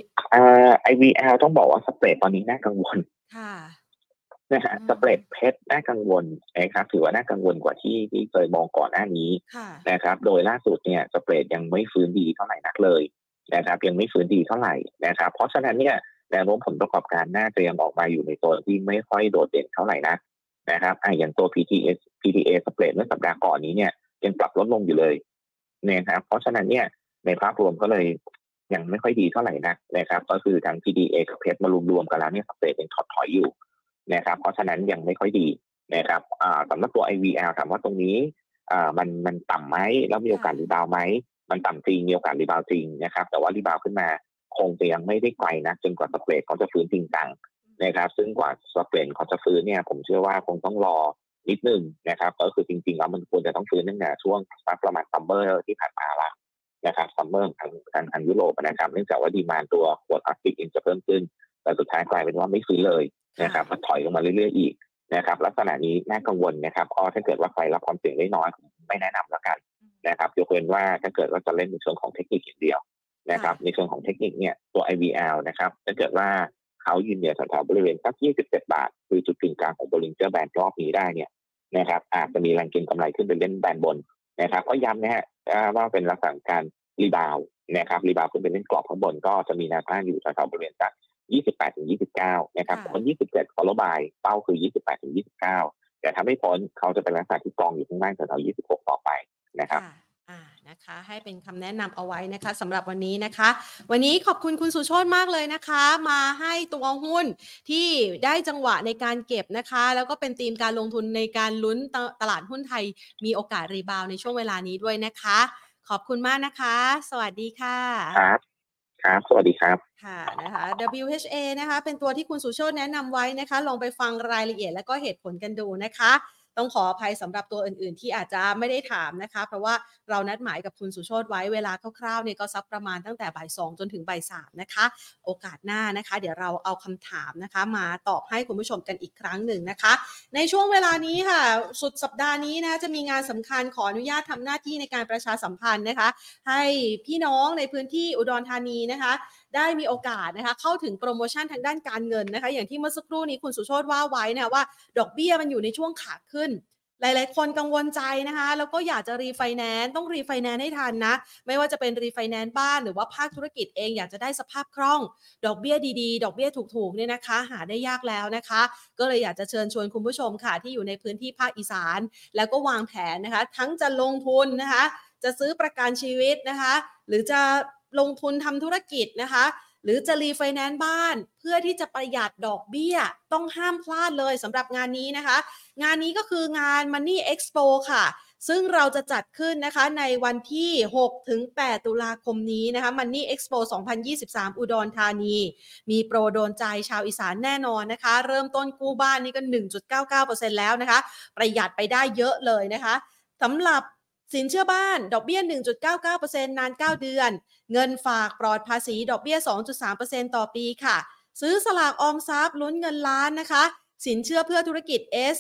IVL ต้องบอกว่าสเปรดตอนนี้น่ากังวลค่ะนะฮะอืมสเปรดเพชรน่ากังวลนะครับถือว่าน่ากังวลกว่าที่เคยมองก่อนหน้านี้ค่ะนะครับโดยล่าสุดเนี่ยสเปรดยังไม่ฟื้นดีเท่าไหร่นักเลยนะครับยังไม่ฟื้นดีเท่าไหร่นะครับเพราะฉะนั้นเนี่ยแนวโน้มผลประกอบการน่าจะยังออกมาอยู่ในโซนที่ไม่ค่อยโดดเด่นเท่าไหร่นะครับอย่างตัว PTA สเปรดเมื่อสัปดาห์ก่อนนี้เนี่ยยังปรับลดลงอยู่เลยนะครับเพราะฉะนั้นเนี่ยในภาพรวมก็เลยยังไม่ค่อยดีเท่าไหร่นะครับก็คือทั้ง PTA กับเพชรมารวมๆกันแล้วเนี่ยสเปรดยังถดถอยอยู่นะครับเพราะฉะนั้นยังไม่ค่อยดีนะครับสำหรับตัว IVL ถามว่าตรงนี้มันต่ำไหมแล้วมีโอกาสรีบาวไหมมันต่ำจริงมีโอกาสรีบาวจริงนะครับแต่ว่ารีบาวขึ้นมาคงจะยังไม่ได้ไกลนะจนกว่าสเปรดเขาจะฟื้นจริงจังนะครับซึ่งกว่าสเปรดเขาจะฟื้นเนี่ยผมเชื่อว่าคงต้องรอนิดนึงนะครับก็คือจริงๆแล้วมันควรจะต้องฟื้นตั้งแต่ช่วงประมาณซัมเมอร์ที่ผ่านมาละนะครับซัมเมอร์ทางยุโรปนะครับเนื่องจากว่าดีมานด์ตัวขวดพลาสติกเองจะเพิ่มขึ้นแต่สุดท้ายกลายเป็นว่าไม่ฟื้นเลยนะครับมันถอยลงมาเรื่อยๆอีกนะครับลักษณะนี้น่ากังวลนะครับถ้าเกิดว่าใครรับความเสี่ยงได้น้อยไม่แนะนำแล้วกันนะครับยกเว้นว่าถ้าเกิดว่าจะเล่นในเชิงของเทคนิคอย่างเดียวนะครับในเชิงของเทคนิคเนี่ยตัว IVL นะครับถ้าเกิดว่าเขายืนเหนือแถวๆบริเวณสัก27 บาทคือจุดกึ่งกลางของ Bollinger Band รอบนี้ได้เนี่ยนะครับอาจจะมีแรงเก็งกำไรขึ้นไปเล่นแบนบนนะครับก็ย้ำนะฮะว่าเป็นลักษณะการรีบาวนะครับรีบาวขึ้นไปเล่นกรอบข้างบนก็จะมีแนวต้านอยู่แถวๆบริเวณสัก28 ถึง 29นะครับคน 27 follow by เป้าคือ 28 ถึง 29แต่ถ้าไม่พ้นเขาจะเป็นลักษณะที่กองอยู่ข้างล่างแถวๆ26 ต่อไปนะครับนะคะให้เป็นคำแนะนำเอาไว้นะคะสำหรับวันนี้นะคะวันนี้ขอบคุณคุณสุโชติมากเลยนะคะมาให้ตัวหุ้นที่ได้จังหวะในการเก็บนะคะแล้วก็เป็นธีมการลงทุนในการลุ้นตลาดหุ้นไทยมีโอกาสรีบาวในช่วงเวลานี้ด้วยนะคะขอบคุณมากนะคะสวัสดีค่ะครับสวัสดีครับค่ะนะคะ WHA นะคะเป็นตัวที่คุณสุโชติแนะนำไว้นะคะลองไปฟังรายละเอียดและก็เหตุผลกันดูนะคะต้องขออภัยสำหรับตัวอื่นๆที่อาจจะไม่ได้ถามนะคะเพราะว่าเรานัดหมายกับคุณสุโชติไว้เวลาคร่าวๆเนี่ยก็สักประมาณตั้งแต่บ่าย2จนถึงบ่าย3นะคะโอกาสหน้านะคะเดี๋ยวเราเอาคำถามนะคะมาตอบให้คุณผู้ชมกันอีกครั้งหนึ่งนะคะในช่วงเวลานี้ค่ะสุดสัปดาห์นี้นะจะมีงานสำคัญขออนุญาตทำหน้าที่ในการประชาสัมพันธ์นะคะให้พี่น้องในพื้นที่อุดรธานีนะคะได้มีโอกาสนะคะเข้าถึงโปรโมชั่นทางด้านการเงินนะคะอย่างที่เมื่อสักครู่นี้คุณสุโชติว่าไว้นะว่าดอกเบี้ยมันอยู่ในช่วงขาขึ้นหลายๆคนกังวลใจนะคะแล้วก็อยากจะรีไฟแนนซ์ต้องรีไฟแนนซ์ให้ทันนะไม่ว่าจะเป็นรีไฟแนนซ์บ้านหรือว่าภาคธุรกิจเองอยากจะได้สภาพคล่องดอกเบี้ยดีๆดอกเบี้ยถูกๆเนี่ยนะคะหาได้ยากแล้วนะคะก็เลยอยากจะเชิญชวนคุณผู้ชมค่ะที่อยู่ในพื้นที่ภาคอีสานแล้วก็วางแผนนะคะทั้งจะลงทุนนะคะจะซื้อประกันชีวิตนะคะหรือจะลงทุนทำธุรกิจนะคะหรือจะรีไฟแนนซ์บ้านเพื่อที่จะประหยัดดอกเบี้ยต้องห้ามพลาดเลยสำหรับงานนี้นะคะงานนี้ก็คืองาน Money Expo ค่ะซึ่งเราจะจัดขึ้นนะคะในวันที่6ถึง8ตุลาคมนี้นะคะ Money Expo 2023 อุดรธานีมีโปรโดนใจชาวอีสานแน่นอนนะคะเริ่มต้นกู้บ้านนี่ก็ 1.99% แล้วนะคะประหยัดไปได้เยอะเลยนะคะสำหรับสินเชื่อบ้านดอกเบี้ย 1.99% นาน 9 เดือนเงินฝากปลอดภาษีดอกเบี้ย 2.3% ต่อปีค่ะซื้อสลากออมทรัพย์ลุ้นเงินล้านนะคะสินเชื่อเพื่อธุรกิจ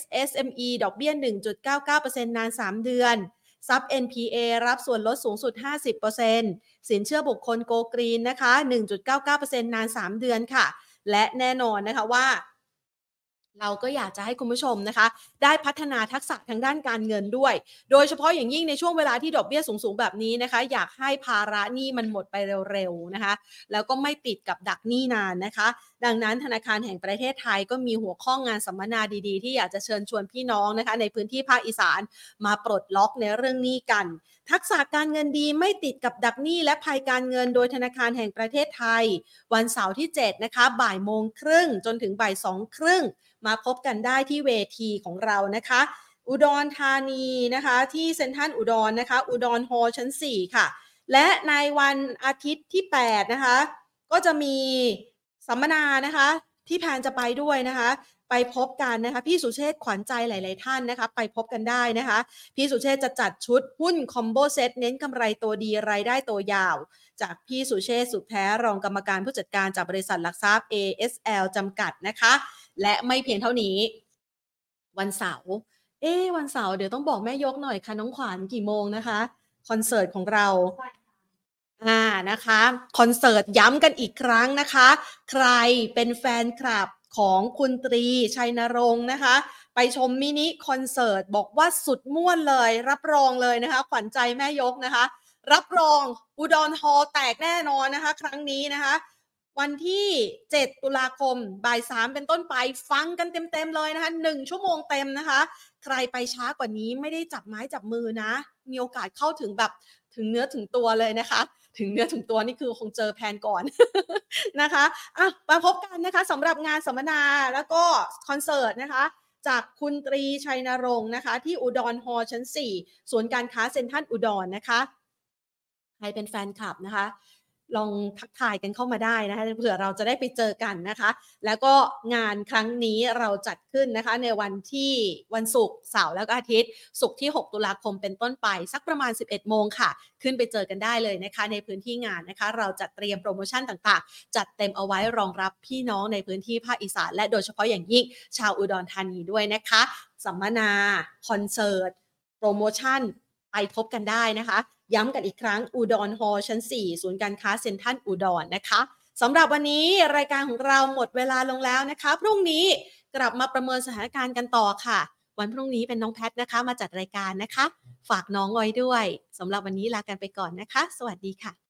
SME ดอกเบี้ย 1.99% นาน 3 เดือนซับ NPA รับส่วนลดสูงสุด 50% สินเชื่อบุคคลโกกรีนนะคะ 1.99% นาน 3 เดือนค่ะและแน่นอนนะคะว่าเราก็อยากจะให้คุณผู้ชมนะคะได้พัฒนาทักษะทางด้านการเงินด้วยโดยเฉพาะอย่างยิ่งในช่วงเวลาที่ดอกเบี้ยสูงๆแบบนี้นะคะอยากให้ภาระหนี้มันหมดไปเร็วๆนะคะแล้วก็ไม่ติดกับดักหนี้นานนะคะดังนั้นธนาคารแห่งประเทศไทยก็มีหัวข้องานสัมมนาดีๆที่อยากจะเชิญชวนพี่น้องนะคะในพื้นที่ภาคอีสานมาปลดล็อกในเรื่องหนี้กันทักษะการเงินดีไม่ติดกับดักหนี้และภัยการเงินโดยธนาคารแห่งประเทศไทยวันเสาร์ที่7นะคะบ่ายโมงครึ่งจนถึงบ่าย2ครึ่งมาพบกันได้ที่เวทีของเรานะคะอุดรธานีนะคะที่เซ็นทรัลอุดรนะคะอุดรฮอลล์ชั้น4ค่ะและในวันอาทิตย์ที่8นะคะก็จะมีสัมมนานะคะที่แพนจะไปด้วยนะคะไปพบกันนะคะพี่สุเชษฐ์ขวัญใจหลายๆท่านนะคะไปพบกันได้นะคะพี่สุเชษฐ์จะจัดชุดหุ้นคอมโบเซตเน้นกำไรตัวดีรายได้ตัวยาวจากพี่สุเชษฐ์สุขแท้รองกรรมการผู้จัดการจากบริษัทหลักทรัพย์ ASL จำกัดนะคะและไม่เพียงเท่านี้วันเสาร์วันเสาร์เดี๋ยวต้องบอกแม่ยกหน่อยค่ะน้องขวัญกี่โมงนะคะคอนเสิร์ตของเรานะคะคอนเสิร์ตย้ำกันอีกครั้งนะคะใครเป็นแฟนคลับของคุณตรีชัยนรงค์นะคะไปชมมินิคอนเสิร์ตบอกว่าสุดม่วนเลยรับรองเลยนะคะขวัญใจแม่ยกนะคะรับรองอุดรฮอลล์แตกแน่นอนนะคะครั้งนี้นะคะวันที่7ตุลาคมบ่าย3เป็นต้นไปฟังกันเต็มๆเลยนะคะ1ชั่วโมงเต็มนะคะใครไปช้ากว่านี้ไม่ได้จับไม้จับมือนะมีโอกาสเข้าถึงแบบถึงเนื้อถึงตัวเลยนะคะถึงเนื้อถึงตัวนี่คือคงเจอแพนก่อน นะคะมาพบกันนะคะสำหรับงานสัมมนาแล้วก็คอนเสิร์ตนะคะจากคุณตรีชัยนรงค์นะคะที่อุดรฮอลล์ชั้น4ศูนย์การค้าเซ็นทรัลอุดรนะคะใครเป็นแฟนคลับนะคะลองทักทายกันเข้ามาได้นะคะเผื่อเราจะได้ไปเจอกันนะคะแล้วก็งานครั้งนี้เราจัดขึ้นนะคะในวันที่วันศุกร์เสาร์แล้วก็อาทิตย์ศุกร์ที่6ตุลาคมเป็นต้นไปสักประมาณ 11 โมงค่ะขึ้นไปเจอกันได้เลยนะคะในพื้นที่งานนะคะเราจัดเตรียมโปรโมชั่นต่างๆจัดเต็มเอาไว้รองรับพี่น้องในพื้นที่ภาคอีสานและโดยเฉพาะอย่างยิ่งชาวอุดรธานีด้วยนะคะสัมมนาคอนเสิร์ตโปรโมชั่นไปพบกันได้นะคะย้ำกันอีกครั้งอุดรฮอลล์ชั้น4ศูนย์การค้าเซ็นทรัลอุดรนะคะสำหรับวันนี้รายการของเราหมดเวลาลงแล้วนะคะพรุ่งนี้กลับมาประเมินสถานการณ์กันต่อค่ะวันพรุ่งนี้เป็นน้องแพทนะคะมาจัดรายการนะคะฝากน้องไว้ด้วยสำหรับวันนี้ลากันไปก่อนนะคะสวัสดีค่ะ